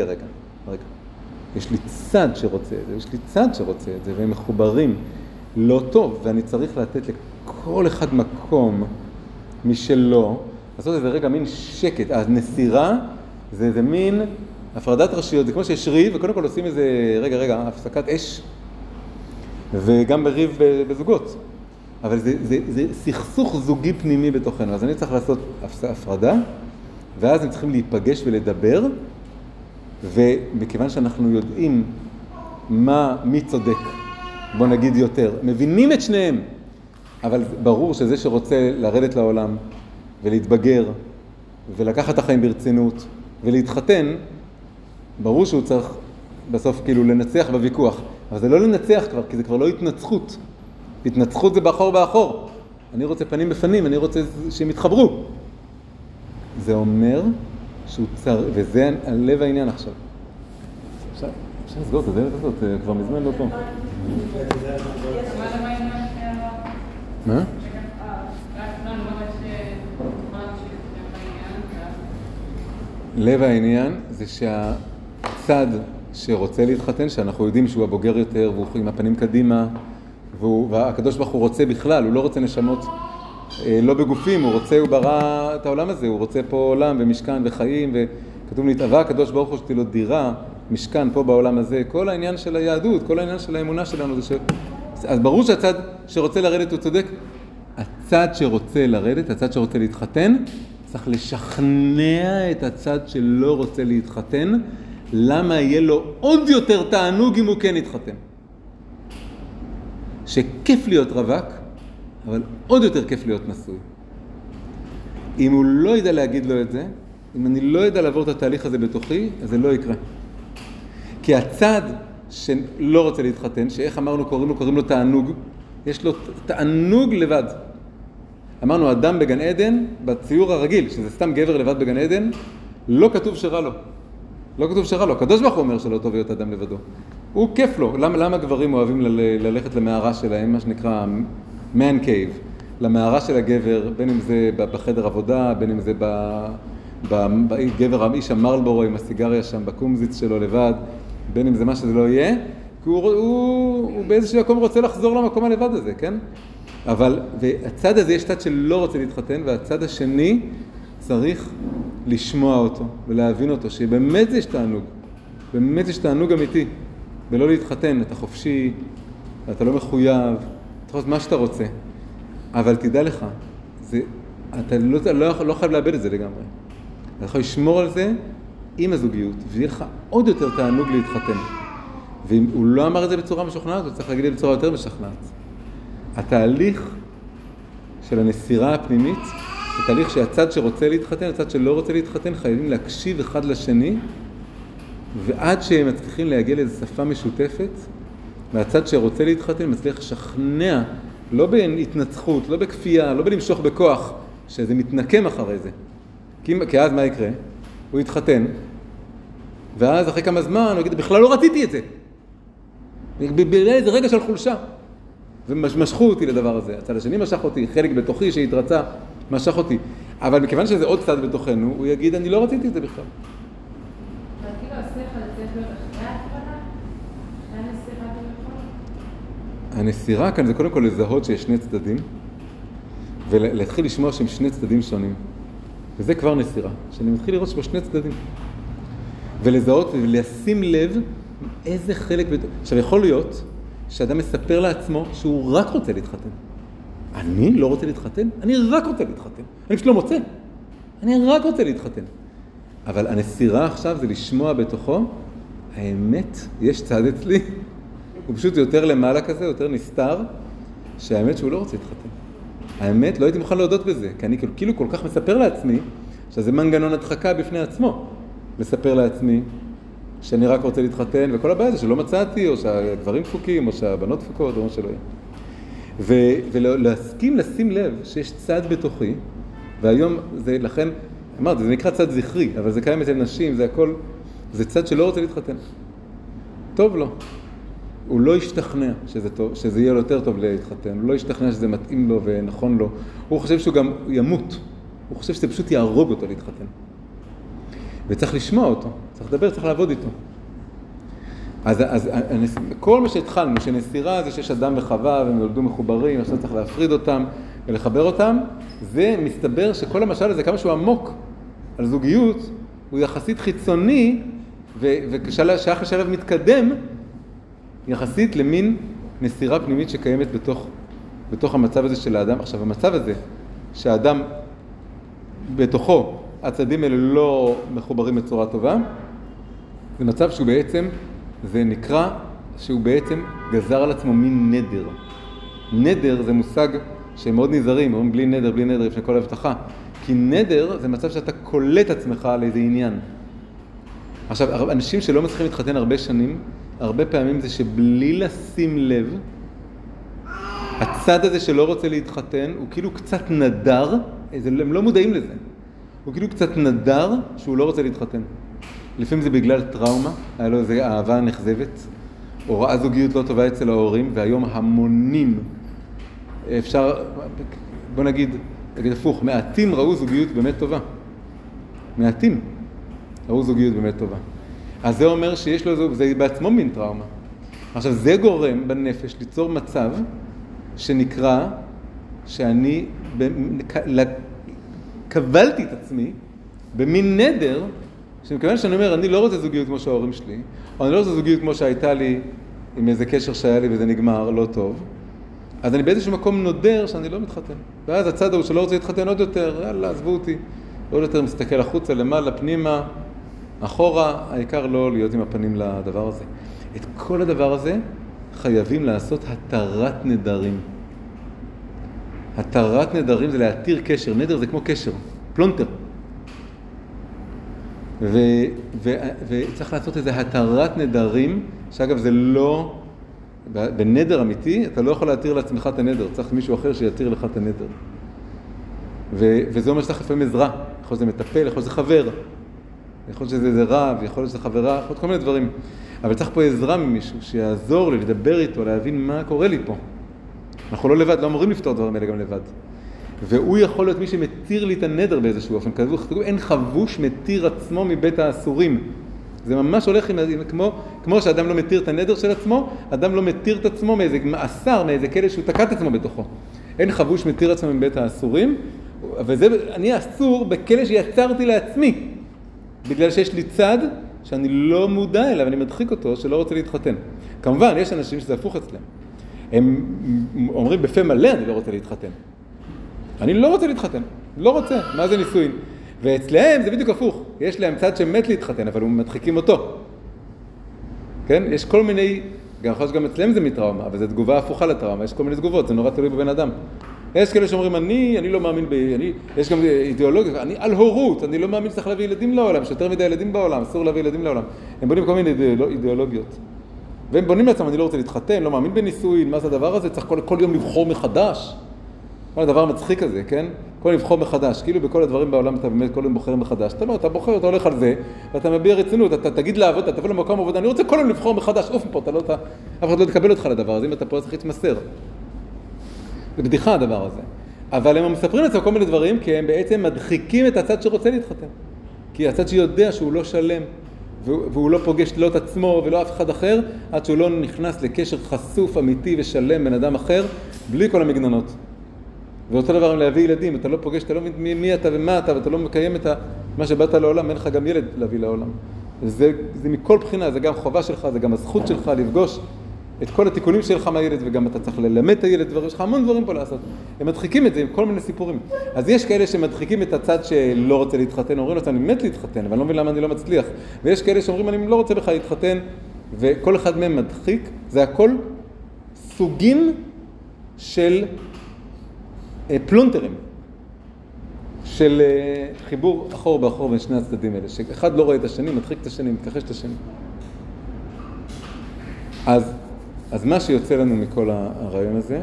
יש לי צד שרוצה את זה, יש לי צד שרוצה את זה, והם מחוברים לא טוב, ואני צריך לתת לכל אחד מקום משלו, לעשות איזה רגע מין שקט. הנסירה זה איזה מין הפרדת רשויות, זה כמו שיש ריב, וקודם כל עושים איזה רגע, הפסקת אש, וגם בריב בזוגות. אבל זה סכסוך זוגי פנימי בתוכנו, אז אני צריך לעשות הפרדה, ואז הם צריכים להיפגש ולדבר, ומכיוון שאנחנו יודעים מי צודק, בוא נגיד יותר, מבינים את שניהם, אבל ברור שזה שרוצה לרדת לעולם ולהתבגר ולקחת את החיים ברצינות ולהתחתן, ברור שהוא צריך בסוף כאילו לנצח בוויכוח, אבל זה לא לנצח כבר, כי זה כבר לא התנצחות. התנצחות זה באחור. אני רוצה פנים בפנים, אני רוצה שהם יתחברו. זה אומר שהוא וזה הלב העניין עכשיו. אפשר לסגור את הדלת הזאת, כבר מזמן לא פה. מה? לב העניין זה שהצד שרוצה להתחתן, שאנחנו יודעים שהוא הבוגר יותר, והוא עם הפנים קדימה, והקדוש ברוך הוא רוצה בכלל, הוא לא רוצה נשמות לא בגופים, הוא ברא את העולם הזה, הוא רוצה פה עולם ומשכן וחיים, וכתוב נתאווה הקדוש ברוך הוא שתהיה לו דירה, משכן פה בעולם הזה, כל העניין של היהדות, כל העניין של האמונה שלנו, אז ברור שהצד שרוצה לרדת הוא צודק, הצד שרוצה לרדת, הצד שרוצה להתחתן, צריך לשכנע את הצד שלא רוצה להתחתן, למה יהיה לו עוד יותר תענוג אם הוא כן יתחתן. שכיף להיות רווק, אבל עוד יותר כיף להיות נשוי. אם הוא לא ידע להגיד לו את זה, אם אני לא ידע לעבור את התהליך הזה בתוכי, אז זה לא יקרה. כי הצד שלא רוצה להתחתן, שאיך אמרנו קוראים לו תענוג, יש לו תענוג לבד. אמרנו אדם בגן עדן, בציור הרגיל, שזה סתם גבר לבד בגן עדן, לא כתוב שרע לו. לא כתוב שרע לו. הקדוש ברוך הוא אומר שלא טוב להיות אדם לבדו. הוא כיף לו. למה גברים אוהבים ללכת למערה שלהם, מה שנקרא man cave, למערה של הגבר, בין אם זה בחדר עבודה, בין אם זה בגבר האיש המרלבורו עם הסיגריה שם, בקומזיץ שלו לבד, בין אם זה מה שזה לא יהיה, כי הוא באיזשהו מקום רוצה לחזור למקום הלבד הזה, כן? אבל, והצד הזה יש צד שלא רוצה להתחתן, והצד השני צריך לשמוע אותו ולהבין אותו, שבאמת יש תענוג, באמת יש תענוג אמיתי, ולא להתחתן, אתה חופשי, אתה לא מחויב, אתה עושה מה שאתה רוצה, אבל תדע לך, אתה לא חייב לאבד את זה לגמרי. אתה יכול לשמור על זה עם הזוגיות, ויהיה לך עוד יותר תענוג להתחתן. ואם הוא לא אמר את זה בצורה משוכנעת, הוא צריך להגיד את זה בצורה יותר משכנעת. התהליך של הנסירה הפנימית, התהליך שהצד שרוצה להתחתן, הצד שלא רוצה להתחתן, חייבים להקשיב אחד לשני, ועד שהם מצליחים להגיע לאיזו שפה משותפת, והצד שרוצה להתחתן מצליח לשכנע, לא בהתנצחות, לא בכפייה, לא בלמשוך בכוח, שזה מתנקם אחרי זה. כי אז מה יקרה? הוא יתחתן, ואז אחרי כמה זמן הוא יגיד, בכלל לא רציתי את זה. באיזה רגע של חולשה. ומשכו אותי לדבר הזה. הצד השני משך אותי, חלק בתוכי שהתרצה, משך אותי. אבל מכיוון שזה עוד צד בתוכנו, הוא יגיד, אני לא רציתי את זה בכלל. אבל כאילו השכל צריך להיות אחרי ההפרדה? אחרי הנסירה במיוחד? הנסירה כאן זה קודם כל לזהות שיש שני צדדים, ולהתחיל לשמוע שהם שני צדדים שונים. וזה כבר נסירה, שאני מתחיל לראות שבו שני צדדים. ולזהות ולשים לב איזה חלק... עכשיו יכול להיות שאדם מספר לעצמו שהוא רק רוצה להתחתן. אני לא רוצה להתחתן? אני רק רוצה להתחתן. אני פשוט לא מוצא. אני רק רוצה להתחתן. אבל הנסירה עכשיו זה לשמוע בתוכו, האמת, יש צד אצלי, הוא פשוט יותר למעלה כזה, יותר נסתר, שהאמת שהוא לא רוצה להתחתן. האמת, לא הייתי מוכן להודות בזה, כי אני כאילו כל כך מספר לעצמי, שזה מנגנון הדחקה בפני עצמו. לספר לעצמי שאני רק רוצה להתחתן, וכל הבעיה זה שלא מצאתי, או שהגברים דפוקים, או שהבנות דפוקות, או מה שלא יהיה. ולהסכים לשים לב שיש צד בתוכי, והיום זה לכן, אמרתי, זה נקרא צד זכרי, אבל זה קיים אצל נשים, זה הכל, זה צד שלא רוצה להתחתן. טוב לו. הוא לא ישתכנע שזה טוב, שזה יהיה לו יותר טוב להתחתן, הוא לא ישתכנע שזה מתאים לו ונכון לו. הוא חושב שהוא גם ימות. הוא חושב שזה פשוט יהרוג אותו להתחתן. וצריך לשמוע אותו, צריך לדבר, צריך לעבוד איתו. אז כל מה שהתחלנו, שנסירה זה שיש אדם וחווה והם יולדו מחוברים, עכשיו צריך להפריד אותם ולחבר אותם, זה מסתבר שכל המשל הזה, כמה שהוא עמוק על זוגיות, הוא יחסית חיצוני, וכשהלך לשלב מתקדם, יחסית למין נסירה פנימית שקיימת בתוך המצב הזה של האדם. עכשיו, המצב הזה שהאדם בתוכו, הצדדים האלה לא מחוברים בצורה טובה, זה מצב שהוא בעצם, זה נקרא שהוא בעצם גזר על עצמו מין נדר. נדר זה מושג שהם מאוד נזהרים, אומרים בלי נדר, בלי נדר, לפני כל הבטחה. כי נדר זה מצב שאתה קולט עצמך על איזה עניין. עכשיו, אנשים שלא מצליחים להתחתן הרבה שנים, הרבה פעמים זה שבלי לשים לב, הצד הזה שלא רוצה להתחתן, הוא כאילו קצת נדר, הם לא מודעים לזה. הוא כאילו קצת נדר שהוא לא רוצה להתחתן. לפעמים זה בגלל טראומה, היה לו איזו אהבה נחזבת, או ראה זוגיות לא טובה אצל ההורים, והיום המונים, אפשר, בוא נגיד הפוך, מעטים ראו זוגיות באמת טובה. מעטים ראו זוגיות באמת טובה. אז זה אומר שיש לו, זה בעצמו מין טראומה. עכשיו, זה גורם בנפש ליצור מצב שנקרא שאני קבלתי את עצמי במין נדר, שמכיוון שאני אומר, אני לא רוצה זוגיות כמו שההורים שלי, או אני לא רוצה זוגיות כמו שהייתה לי עם איזה קשר שהיה לי וזה נגמר, לא טוב, אז אני באיזשהו מקום נודר שאני לא מתחתן. ואז הצד הוא שלא רוצה להתחתן עוד יותר, יאללה, עזבו אותי. עוד יותר מסתכל החוצה, למעלה, פנימה, אחורה, העיקר לא להיות עם הפנים לדבר הזה. את כל הדבר הזה חייבים לעשות התרת נדרים. התרת נדרים זה להתיר קשר, נדר זה כמו קשר, פלונטר. וצריך לעשות איזה התרת נדרים, שאגב זה לא, בנדר אמיתי, אתה לא יכול להתיר לעצמך את הנדר, צריך מישהו אחר שיתיר לך את הנדר. וזה אומר שצריך לפעמים עזרה, יכול להיות שזה מטפל, יכול להיות שזה חבר, יכול להיות שזה רב, יכול להיות שזה חברה, יכול להיות כל מיני דברים. אבל צריך פה עזרה ממישהו שיעזור לי, לדבר איתו, להבין מה קורה לי פה. אנחנו לא לבד, לא אמורים לפתור דברים האלה גם לבד. והוא יכול להיות מי שמתיר לי את הנדר באיזשהו אופן. כתוב, אין חבוש מתיר עצמו מבית האסורים. זה ממש הולך כמו שאדם לא מתיר את הנדר של עצמו, אדם לא מתיר את עצמו מאיזה מאסר, מאיזה כלא שהוא תקע את עצמו בתוכו. אין חבוש מתיר עצמו מבית האסורים, וזה, אני אסור בכלא שיצרתי לעצמי, בגלל שיש לי צד שאני לא מודע אליו, אני מדחיק אותו, שלא רוצה להתחתן. כמובן, יש אנשים שזה הפוך אצלם. הם אומרים בפה מלא, אני לא רוצה להתחתן. אני לא רוצה להתחתן, לא רוצה, מה זה נישואין? ואצלהם זה בדיוק הפוך, יש להם צד שמת להתחתן, אבל הם מדחיקים אותו. כן? יש כל מיני, גם חושב שגם אצלהם זה מטראומה, אבל זו תגובה הפוכה לטראומה, יש כל מיני תגובות, זה נורא תלוי בבן אדם. יש כאלה שאומרים, אני לא מאמין יש גם אידיאולוגיה, אני על הורות, אני לא מאמין שצריך להביא ילדים לעולם, שיותר מדי ילדים בעולם, אסור להביא ילדים לעולם. הם בונים כל מיני אידיאולוגיות. והם בונים לעצמם, אני לא רוצה להתחתן, לא מאמין בנישואין, מה זה הדבר הזה? צריך כל יום לבחור מחדש. כל הדבר המצחיק הזה, כן? כל יום לבחור מחדש. כאילו בכל הדברים בעולם אתה באמת כל יום בוחר מחדש. אתה בוחר, אתה הולך על זה, ואתה מביע רצינות, אתה תגיד לעבוד, אתה תבוא למקום עבודה, אני רוצה כל יום לבחור מחדש, אוף פה, אף אחד לא תקבל אותך לדבר הזה, אם אתה פה צריך להתמסר. זה בדיחה הדבר הזה. אבל הם מספרים לעצמם כל מיני דברים, כי הם בעצם מדחיקים את הצד שרוצה להתחתן. כי הצד שיודע שהוא לא שלם, והוא לא פוגש לא את עצמו ולא אף אחד אחר, עד שהוא לא נכנס לקשר חשוף, אמיתי ושלם בין אדם אחר, בלי כל המגננות. ואותו דבר עם להביא ילדים, אתה לא פוגש, אתה לא מבין מי אתה ומה אתה, ואתה לא מקיים את מה שבאת לעולם, אין לך גם ילד להביא לעולם. זה מכל בחינה, זה גם חובה שלך, זה גם הזכות שלך לפגוש את כל התיקונים שלך מהילד, וגם אתה צריך ללמד את הילד, יש לך המון דברים פה לעשות. הם מדחיקים את זה עם כל מיני סיפורים. אז יש כאלה שמדחיקים את הצד שלא רוצה להתחתן, אומרים לו, אני מת להתחתן, אבל אני לא מבין למה אני לא מצליח. ויש כאלה שאומרים, אני לא רוצה בכלל להתחתן, וכל אחד מהם מדחיק. זה הכל סוגים של פלונטרים, של חיבור אחור באחור בין שני הצדדים האלה, שאחד לא רואה את השני, מדחיק את השני, מתכחש את השני. אז מה שיוצא לנו מכל הרעיון הזה,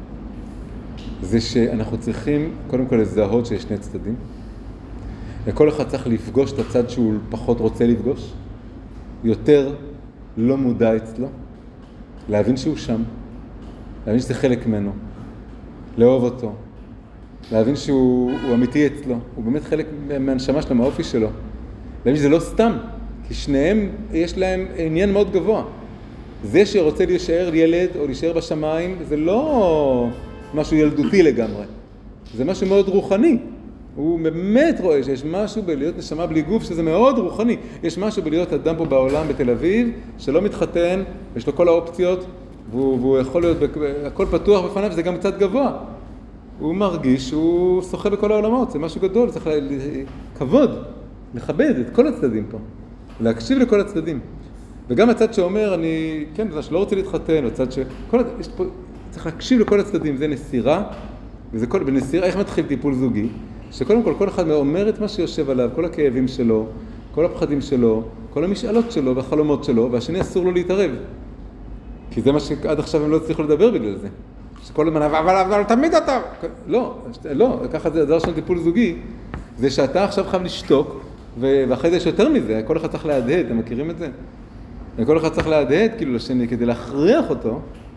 זה שאנחנו צריכים קודם כל לזהות שיש שני צדדים, וכל אחד צריך לפגוש את הצד שהוא פחות רוצה לפגוש, יותר לא מודע אצלו, להבין שהוא שם, להבין שזה חלק ממנו, לאהוב אותו, להבין שהוא אמיתי אצלו, הוא באמת חלק מהנשמה שלו, מהאופי שלו, להבין שזה לא סתם, כי שניהם יש להם עניין מאוד גבוה. זה שרוצה להישאר ילד או להישאר בשמיים, זה לא משהו ילדותי לגמרי. זה משהו מאוד רוחני. הוא באמת רואה שיש משהו בלהיות נשמה בלי גוף, שזה מאוד רוחני. יש משהו בלהיות אדם פה בעולם בתל אביב, שלא מתחתן, יש לו כל האופציות, והוא יכול להיות, הכל פתוח בפניו, וזה גם קצת גבוה. הוא מרגיש שהוא שוחה בכל העולמות, זה משהו גדול, צריך כבוד, לכבד את כל הצדדים פה, להקשיב לכל הצדדים. וגם הצד שאומר, כן, זה שלא רוצה להתחתן, הצד צריך להקשיב לכל הצדדים, זה נסירה, בנסירה, איך מתחיל טיפול זוגי? שקודם כל אחד אומר את מה שיושב עליו, כל הכאבים שלו, כל הפחדים שלו, כל המשאלות שלו והחלומות שלו, והשני אסור לו להתערב. כי זה מה שעד עכשיו הם לא הצליחו לדבר בגלל זה. שכל הזמן, אבל תמיד אתה... לא, ככה זה הדבר של טיפול זוגי, זה שאתה עכשיו חייב לשתוק, ואחרי זה יש יותר מזה, כל אחד צריך להדהד, אתם מכירים את זה? וכל אחד צריך להדהד כאילו לשני, כדי להכריח אותו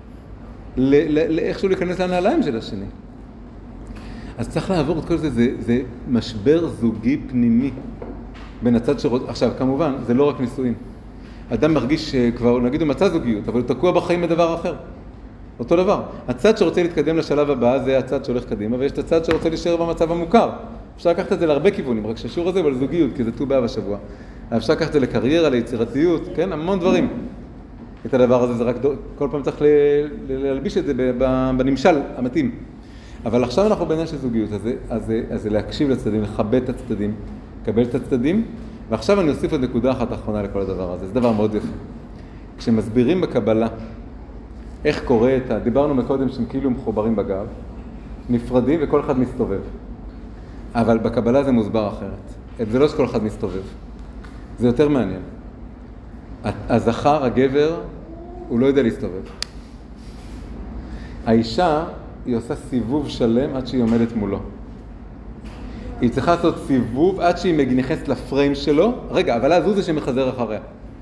לאיכשהו להיכנס לנעליים של השני. אז צריך לעבור את כל זה, זה משבר זוגי פנימי בין הצד שרוצה, עכשיו כמובן זה לא רק נישואין, אדם מרגיש שכבר נגיד הוא מצא זוגיות, אבל הוא תקוע בחיים בדבר אחר, אותו דבר. הצד שרוצה להתקדם לשלב הבא זה הצד שהולך קדימה, ויש את הצד שרוצה להישאר במצב המוכר. אפשר לקחת את זה להרבה כיוונים, רק שהשיעור הזה הוא על זוגיות, כי זה ט"ו באב השבוע. אפשר לקחת את זה לקריירה, ליצירתיות, כן, המון דברים. את הדבר הזה זה רק כל פעם צריך להלביש את זה בנמשל המתאים. אבל עכשיו אנחנו בעניין של זוגיות, אז זה להקשיב לצדדים, לכבד את הצדדים, לקבל את הצדדים, ועכשיו אני אוסיף עוד נקודה אחת אחרונה לכל הדבר הזה, זה דבר מאוד יפה. כשמסבירים בקבלה איך קורה דיברנו מקודם שהם כאילו מחוברים בגב, נפרדים וכל אחד מסתובב. אבל בקבלה זה מוסבר אחרת. זה לא שכל אחד מסתובב. זה יותר מעניין. הזכר, הגבר, הוא לא יודע להסתובב. האישה, היא עושה סיבוב שלם עד שהיא עומדת מולו. היא צריכה לעשות סיבוב עד שהיא נכנסת לפריים שלו. רגע, אבל אז הוא זה שמחזר אחריה.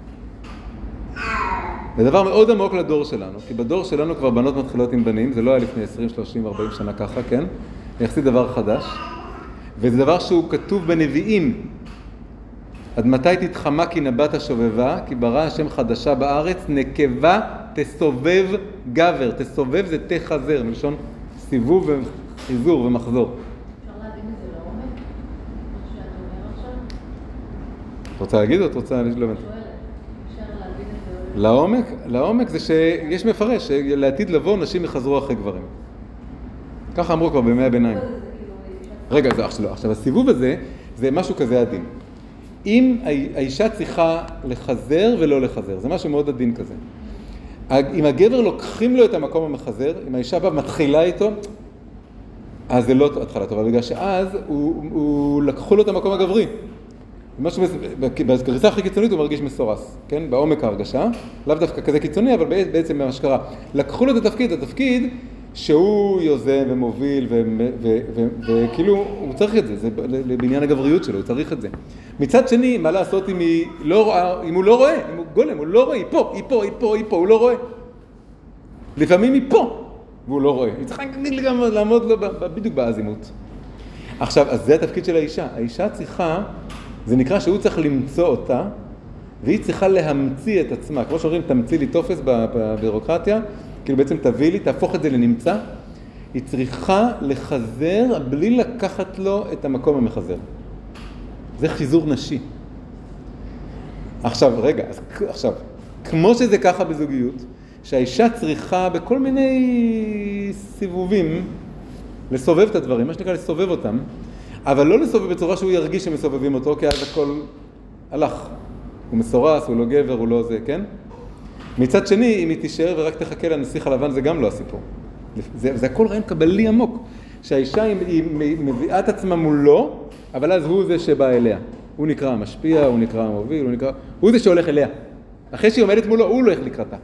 זה דבר מאוד עמוק לדור שלנו, כי בדור שלנו כבר בנות מתחילות עם בנים, זה לא היה לפני 20, 30, 40 שנה ככה, כן? יחסית דבר חדש. וזה דבר שהוא כתוב בנביאים. עד מתי תתחמקי נבת השובבה, כי ברא השם חדשה בארץ, נקבה תסובב גבר. תסובב זה תחזר, מלשון סיבוב וחיזור ומחזור. אפשר להבין את זה לעומק? מה שאת אומר עכשיו? את רוצה להגיד או את רוצה להגיד? שואלת. אפשר להבין את זה לעומק זה שיש מפרש, שלעתיד לבוא נשים יחזרו אחרי גברים. ככה אמרו כבר בימי הביניים. רגע, זה אח שלו. עכשיו, הסיבוב הזה, זה משהו כזה עדין. אם האישה צריכה לחזר ולא לחזר, זה משהו מאוד עדין כזה. אם הגבר לוקחים לו את המקום המחזר, אם האישה באה מתחילה איתו, אז זה לא התחלה טובה, בגלל שאז הוא לקחו לו את המקום הגברי. משהו, בגריסה הכי קיצונית הוא מרגיש מסורס, כן? בעומק ההרגשה, לאו דווקא כזה קיצוני, אבל בעצם מה שקרה. לקחו לו את התפקיד שהוא יוזם ומוביל, וכאילו הוא צריך את זה, זה בעניין הגבריות שלו, הוא צריך את זה. מצד שני, מה לעשות אם הוא לא רואה, אם הוא גולם, הוא לא רואה, היא פה, הוא לא רואה. לפעמים היא פה, והוא לא רואה. היא צריכה גם לעמוד לו בדיוק באזימות. עכשיו, אז זה התפקיד של האישה. האישה צריכה, זה נקרא שהוא צריך למצוא אותה, והיא צריכה להמציא את עצמה. כמו שאומרים, תמציא לי טופס בבירוקרטיה, כאילו בעצם תביא לי, תהפוך את זה לנמצא. היא צריכה לחזר בלי לקחת לו את המקום המחזר. זה חיזור נשי. עכשיו, כמו שזה ככה בזוגיות, שהאישה צריכה בכל מיני סיבובים לסובב את הדברים, מה שנקרא לסובב אותם, אבל לא לסובב בצורה שהוא ירגיש שמסובבים אותו, כי אז הכל הלך. הוא מסורס, הוא לא גבר, הוא לא זה, כן? מצד שני, אם היא תישאר ורק תחכה לנסיך הלבן, זה גם לא הסיפור. זה הכל רעיון קבלי עמוק, שהאישה היא מביאה את עצמה מולו, אבל אז הוא זה שבא אליה. הוא נקרא המשפיע, הוא נקרא המוביל, הוא זה שהולך אליה. אחרי שהיא עומדת מולו, הוא הולך לקראתה.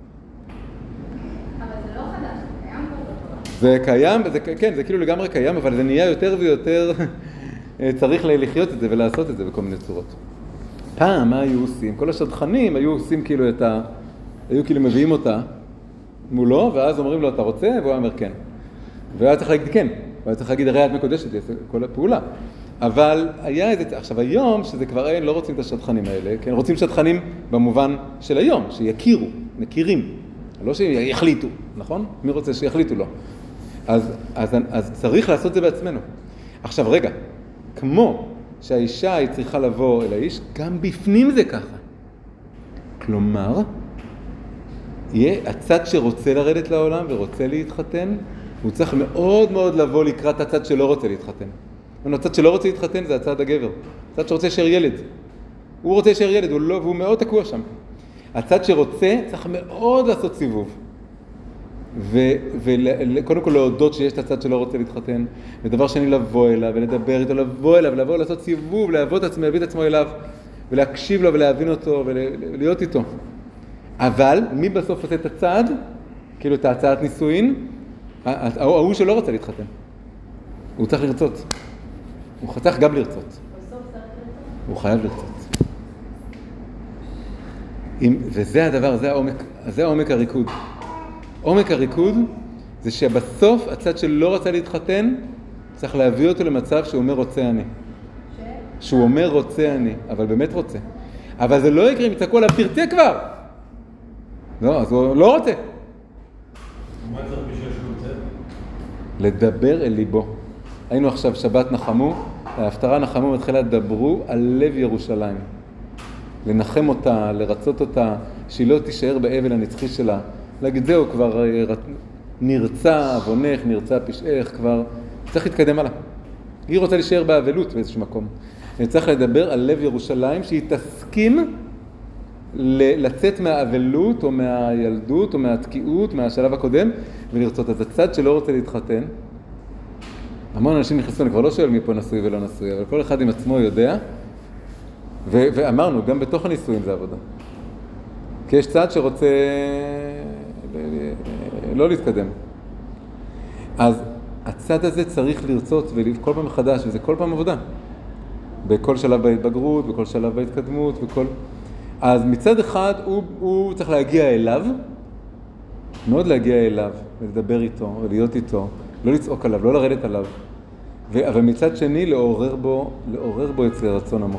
זה קיים, כן, זה כאילו לגמרי קיים, אבל זה נהיה יותר ויותר, צריך לחיות את זה ולעשות את זה בכל מיני צורות. פעם, מה היו עושים? כל השדכנים היו עושים כאילו היו כאילו מביאים אותה מולו, ואז אומרים לו, אתה רוצה? והוא אומר כן. והוא היה צריך להגיד כן, הוא היה צריך להגיד, הרי את מקודשת, כל הפעולה. אבל היה איזה, עכשיו היום, שזה כבר אין, לא רוצים את השדכנים האלה, כן? רוצים שדכנים במובן של היום, שיכירו, מכירים. לא שיחליטו, נכון? מי רוצה שיחליטו לו? אז צריך לעשות זה בעצמנו. עכשיו רגע, כמו שהאישה היא צריכה לבוא אל האיש, גם בפנים זה ככה. כלומר, יהיה הצד שרוצה לרדת לעולם ורוצה להתחתן, הוא צריך מאוד מאוד לבוא לקראת הצד שלא רוצה להתחתן. הצד שלא רוצה להתחתן זה הצד הגבר. הצד שרוצה להישאר ילד. הוא רוצה להישאר ילד, והוא מאוד תקוע שם. הצד שרוצה צריך מאוד לעשות סיבוב. וקודם כל להודות שיש את הצד שלא רוצה להתחתן, ודבר שני לבוא אליו ולדבר איתו, לבוא לעשות סיבוב, להביא את עצמו אליו, ולהקשיב לו ולהבין אותו ולהיות איתו. אבל מי בסוף עושה את הצד, כאילו את הצעת נישואין, ההוא שלא רוצה להתחתן. הוא צריך לרצות. הוא צריך גם לרצות. הוא חייב לרצות. וזה הדבר, זה העומק הריקוד. עומק הריקוד זה שבסוף הצד שלא רצה להתחתן, צריך להביא אותו למצב שהוא אומר רוצה אני. שהוא אומר רוצה אני, אבל באמת רוצה. אבל זה לא יקרה אם יצעקו עליו תרצה כבר. לא, אז הוא לא רוצה. מה צריך בשביל שהוא רוצה? לדבר אל ליבו. היינו עכשיו שבת נחמו, ההפטרה נחמו מתחילה דברו על לב ירושלים. לנחם אותה, לרצות אותה, שהיא לא תישאר באבל הנצחי שלה. להגיד זהו, כבר נרצה אבונך, נרצה פשעך, כבר צריך להתקדם עליו. היא רוצה להישאר באבלות באיזשהו מקום. צריך לדבר על לב ירושלים שהיא תסכים לצאת מהאבלות או מהילדות או מהתקיעות, מהשלב הקודם, ולרצות. אז הצד שלא רוצה להתחתן, המון אנשים נכנסו, אני כבר לא שואל מי פה נשוי ולא נשוי, אבל כל אחד עם עצמו יודע, ואמרנו, גם בתוך הנישואים זה עבודה. כי יש צד שרוצה לא להתקדם. אז הצד הזה צריך לרצות וכל פעם מחדש, וזה כל פעם עבודה. בכל שלב בהתבגרות, בכל שלב בהתקדמות, אז מצד אחד הוא צריך להגיע אליו, מאוד להגיע אליו, לדבר איתו, להיות איתו, לא לצעוק עליו, לא לרדת עליו. אבל מצד שני לעורר בו אצל רצון עמוק.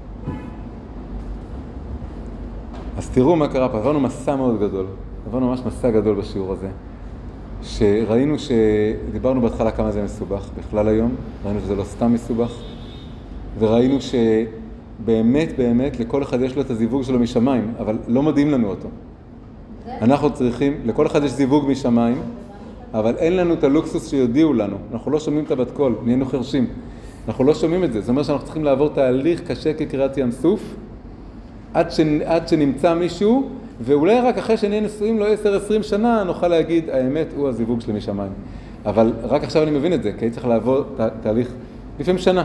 אז תראו מה קרה פה, עברנו מסע מאוד גדול, עברנו ממש מסע גדול בשיעור הזה, שראינו שדיברנו בהתחלה כמה זה מסובך בכלל היום, ראינו שזה לא סתם מסובך, וראינו שבאמת באמת לכל אחד יש לו את הזיווג שלו משמיים, אבל לא מודיעים לנו אותו. אנחנו צריכים, לכל אחד יש זיווג משמיים, אבל אין לנו את הלוקסוס שיודיעו לנו, אנחנו לא שומעים את הבת קול, נהיינו חרשים, אנחנו לא שומעים את זה, זאת אומרת שאנחנו צריכים לעבור תהליך קשה כקריאת ים סוף, עד שנמצא מישהו, ואולי רק אחרי שנהיה נשואים לו 10-20 שנה, נוכל להגיד, האמת הוא הזיווג שלי משמיים. אבל רק עכשיו אני מבין את זה, כי הייתי צריך לעבור תהליך, לפעמים שנה.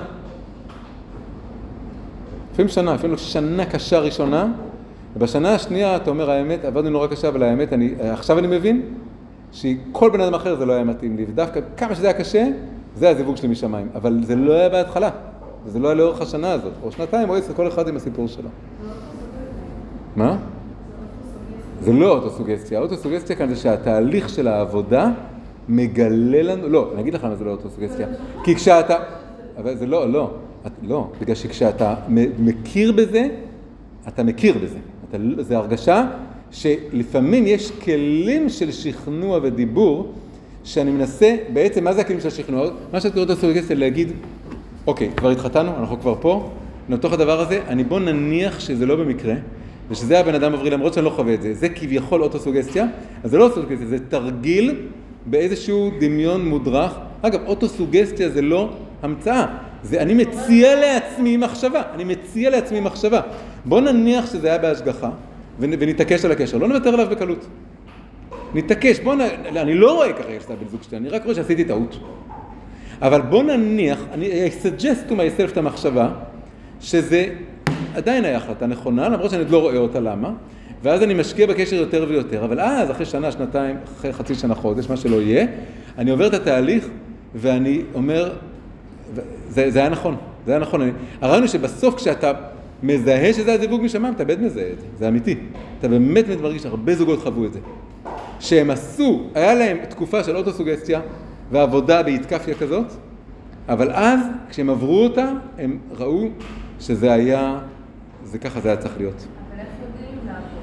לפעמים שנה קשה ראשונה, ובשנה השנייה אתה אומר, האמת, עבדנו נורא קשה, אבל האמת, עכשיו אני מבין שכל בן אדם אחר זה לא היה מתאים לי, ודווקא כמה שזה היה קשה, זה הזיווג שלי משמיים. אבל זה לא היה בהתחלה, וזה לא היה לאורך השנה הזאת, או שנתיים או 10, כל אחד עם הסיפור שלו. מה? זה לא אוטוסוגסטיה. האוטוסוגסטיה כאן זה שהתהליך של העבודה מגלה לנו, לא, אני אגיד לך למה זה לא אוטוסוגסטיה. כי כשאתה, אבל זה לא, בגלל שכשאתה מכיר בזה, אתה מכיר בזה. זה הרגשה שלפעמים יש כלים של שכנוע ודיבור, שאני מנסה, בעצם מה זה הכלים של השכנוע? מה שאת קוראת אוטוסוגסטיה להגיד, אוקיי, כבר התחתנו, אנחנו כבר פה, לתוך הדבר הזה, בוא נניח שזה לא במקרה, ושזה הבן אדם עברי, למרות שאני לא חווה את זה. זה כביכול אוטוסוגסטיה, אז זה לא אוטוסוגסטיה, זה תרגיל באיזשהו דמיון מודרך. אגב, אוטוסוגסטיה זה לא המצאה. זה אני מציע לעצמי מחשבה. בוא נניח שזה היה בהשגחה, ונתעקש על הקשר. לא נוותר עליו בקלות. נתעקש, אני לא רואה ככה יש את הבן זוג שלי, אני רק רואה שעשיתי טעות. אבל בוא נניח, I suggest to myself את המחשבה, שזה עדיין היה החלטה נכונה, למרות שאני עוד לא רואה אותה למה, ואז אני משקיע בקשר יותר ויותר, אבל אז אחרי שנה, שנתיים, אחרי חצי שנה חודש, מה שלא יהיה, אני עובר את התהליך ואני אומר, זה היה נכון, הרעיון הוא שבסוף כשאתה מזהה שזה הזיווג משמיים, אתה באמת מזהה את זה, זה אמיתי, אתה באמת מרגיש, הרבה זוגות חוו את זה, שהם עשו, היה להם תקופה של אוטוסוגסטיה ועבודה בהתקפיה כזאת, אבל אז כשהם עברו אותה, הם ראו שזה היה, ככה זה היה צריך להיות. אבל איך יודעים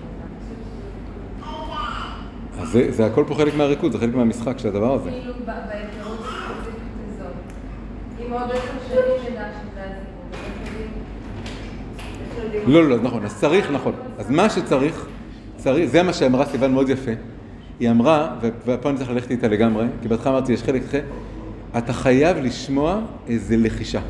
לעבוד? אז זה הכל פה חלק מהריקוד, זה חלק מהמשחק של הדבר הזה. כאילו בהיכרות הספציפית הזאת. אם עוד 10 שנים ידע שזה הזיווג, לא, נכון, אז צריך, נכון. אז מה שצריך, זה מה שאמרה סיוון מאוד יפה. היא אמרה, ופה אני צריך ללכת איתה לגמרי, כי בהתחלה אמרתי, יש חלק אחרי, אתה חייב לשמוע איזה לחישה.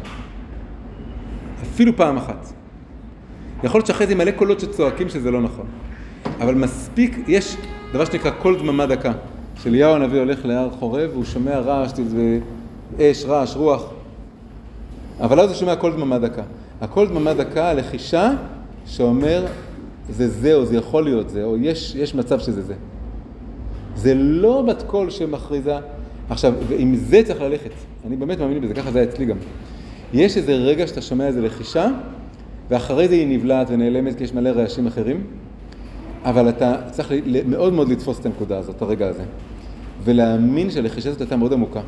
אפילו פעם אחת. יכול להיות שאחרי זה מלא קולות שצועקים שזה לא נכון. אבל מספיק, יש דבר שנקרא קול דממה דקה. שאליהו הנביא הולך להר חורב, והוא שומע רעש, אש, רעש, רוח. אבל אז הוא שומע קול דממה דקה. הקול דממה דקה, הלחישה שאומר, זה או זה יכול להיות זה, או יש מצב שזה זה. זה לא בת קול שמכריזה. עכשיו, ועם זה צריך ללכת. אני באמת מאמין בזה, ככה זה היה אצלי גם. יש איזה רגע שאתה שומע איזה לחישה, ואחרי זה היא נבלעת ונעלמת, כי יש מלא רעשים אחרים, אבל אתה צריך מאוד מאוד לתפוס את הנקודה הזאת, הרגע הזה. ולהאמין שהלחישה הזאת הייתה מאוד עמוקה.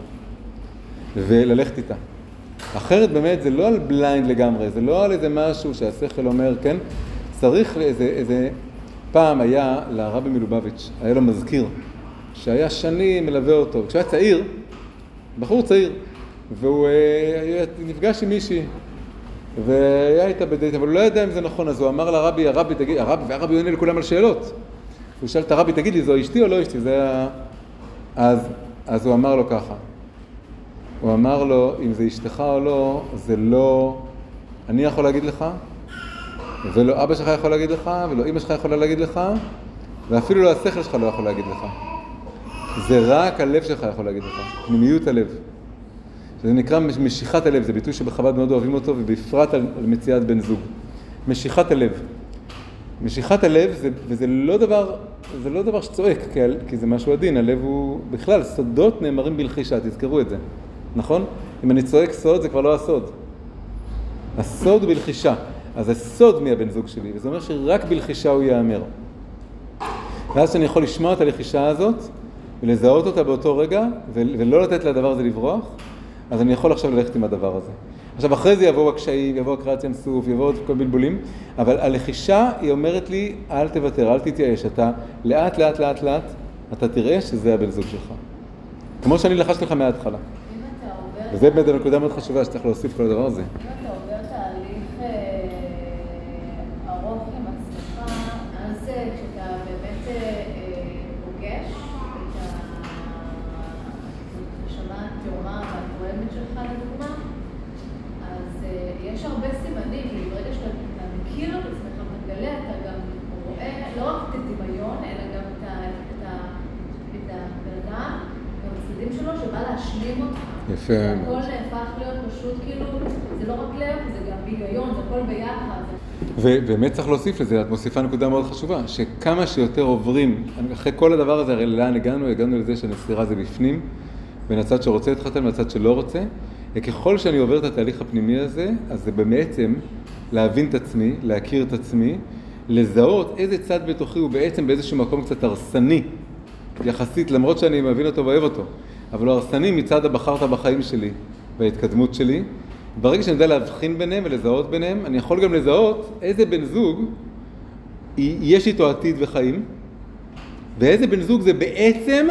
וללכת איתה. אחרת באמת זה לא על בליינד לגמרי, זה לא על איזה משהו שהשכל אומר, כן? צריך איזה פעם היה לרבי מלובביץ', היה לו מזכיר, שהיה שנים מלווה אותו. כשהוא היה צעיר, בחור צעיר, והוא נפגש עם מישהי, והיה איתה בדייט, אבל הוא לא ידע אם זה נכון, אז הוא אמר לרבי, והרבי עונה לכולם על שאלות. הוא שאל את הרבי, תגיד לי, זו אשתי או לא אשתי? זה היה... אז הוא אמר לו ככה. הוא אמר לו, אם זה אשתך או לא, זה לא... אני יכול להגיד לך, ולא אבא שלך יכול להגיד לך, ולא אמא שלך יכולה להגיד לך, ואפילו לא השכל שלך לא יכול להגיד לך. זה רק הלב שלך יכול להגיד לך, פנימיות הלב. זה נקרא משיכת הלב, זה ביטוי שבחב"ד מאוד אוהבים אותו, ובפרט על מציאת בן זוג. משיכת הלב. משיכת הלב, וזה לא דבר שצועק, כי זה משהו עדין. הלב הוא, בכלל, סודות נאמרים בלחישה, תזכרו את זה. נכון? אם אני צועק סוד, זה כבר לא הסוד. הסוד הוא בלחישה. אז הסוד מהבן זוג שלי, וזה אומר שרק בלחישה הוא יאמר. ואז שאני יכול לשמוע את הלחישה הזאת, ולזהות אותה באותו רגע, ולא לתת לדבר הזה לברוח, אז אני יכול עכשיו ללכת עם הדבר הזה. עכשיו, אחרי זה יבואו הקשיים, יבואו הקריאת ים סוף, יבואו עוד כל בלבולים, אבל הלחישה היא אומרת לי, אל תוותר, אל תתייאש, אתה לאט, אתה תראה שזה הבן זוג שלך. כמו שאני לחשתי לך מההתחלה. וזה באמת הנקודה מאוד חשובה שצריך להוסיף כל הדבר הזה. אם אתה עובר תהליך ארוך עם עצמך, אז כשאתה באמת פוגש את הנשמה התאומה והתואמת שלך לדוגמה, אז יש הרבה סימנים, וברגע שאתה מכיר את עצמך ומגלה, אתה גם רואה לא רק את הדמיון, אלא גם את הבן אדם, גם הצדדים שלו שבא להשלים אותך. יפה מאוד. הכל נהפך להיות פשוט כאילו, זה לא רק לב, זה גם היגיון, זה הכל ביחד. ובאמת צריך להוסיף לזה, את מוסיפה נקודה מאוד חשובה, שכמה שיותר עוברים, אחרי כל הדבר הזה, הרי לאן הגענו? הגענו לזה שהנסירה זה בפנים, בין הצד שרוצה להתחתן והצד שלא רוצה, וככל שאני עובר את התהליך הפנימי הזה, אז זה בעצם להבין את עצמי, להכיר את עצמי, לזהות איזה צד בתוכי הוא בעצם באיזשהו מקום קצת הרסני, יחסית, למרות שאני מבין אותו ואוהב אותו, אבל הוא הרסני מצד הבחרת בחיים שלי, בהתקדמות שלי. ברגע שאני יודע להבחין ביניהם ולזהות ביניהם, אני יכול גם לזהות איזה בן זוג יש איתו עתיד וחיים, ואיזה בן זוג זה בעצם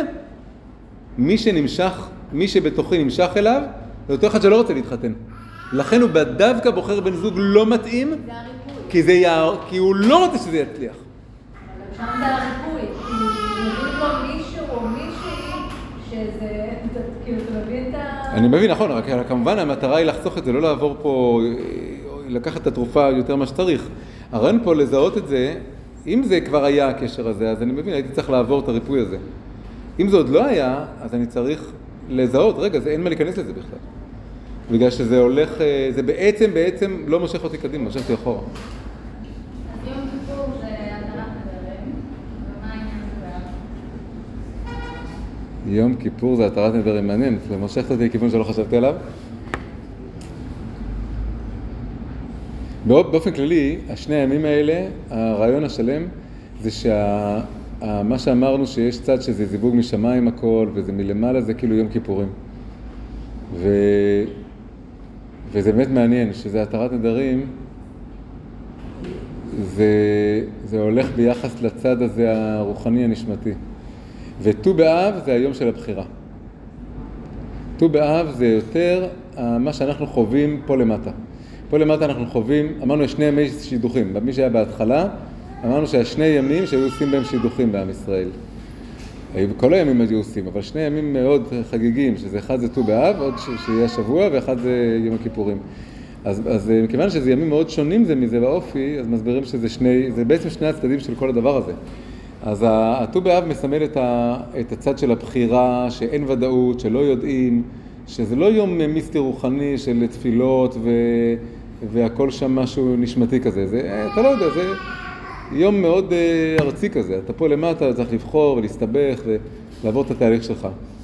מי שבתוכי נמשך אליו, זה אותו אחד שלא רוצה להתחתן. לכן הוא דווקא בוחר בן זוג לא מתאים, זה הריפוי. כי הוא לא רוצה שזה יצליח. אבל שם זה הריפוי. מבין לו מישהו או מישהי שזה, כאילו אתה מבין את ה... אני מבין, נכון, רק כמובן המטרה היא לחסוך את זה, לא לעבור פה, לקחת את התרופה יותר מה שצריך. הרעיון פה לזהות את זה, אם זה כבר היה הקשר הזה, אז אני מבין, הייתי צריך לעבור את הריפוי הזה. אם זה עוד לא היה, אז אני צריך לזהות, רגע, אין מה להיכנס לזה בכלל. בגלל שזה הולך, זה בעצם לא מושך אותי קדימה, מושך אותי אחורה. אז יום כיפור זה התרת נדרים, ומה העניין זה? יום כיפור זה התרת נדרים, מעניין, זה מושך אותי לכיוון שלא חשבתי עליו. באופן כללי, השני הימים האלה, הרעיון השלם זה מה שאמרנו שיש צד שזה זיווג משמיים הכל, וזה מלמעלה זה כאילו יום כיפורים. וזה באמת מעניין, שזה התרת נדרים, זה הולך ביחס לצד הזה הרוחני הנשמתי. וט"ו באב זה היום של הבחירה. ט"ו באב זה יותר מה שאנחנו חווים פה למטה. פה למטה אנחנו חווים, אמרנו יש שני ימי שידוכים. מי שהיה בהתחלה, אמרנו שהשני ימים שהיו עושים בהם שידוכים בעם ישראל. כל הימים היו עושים, אבל שני ימים מאוד חגיגיים, שזה אחד זה ט"ו באב, עוד שיהיה שבוע, ואחד זה יום הכיפורים. אז מכיוון שזה ימים מאוד שונים זה מזה באופי, אז מסבירים שזה זה בעצם שני הצדדים של כל הדבר הזה. אז הט"ו באב מסמל את הצד של הבחירה, שאין ודאות, שלא יודעים, שזה לא יום מיסטי רוחני של תפילות והכל שם משהו נשמתי כזה. אתה לא יודע, זה יום מאוד ארצי כזה. אתה פה למטה, צריך לבחור ולהסתבך ולעבור את התהליך שלך.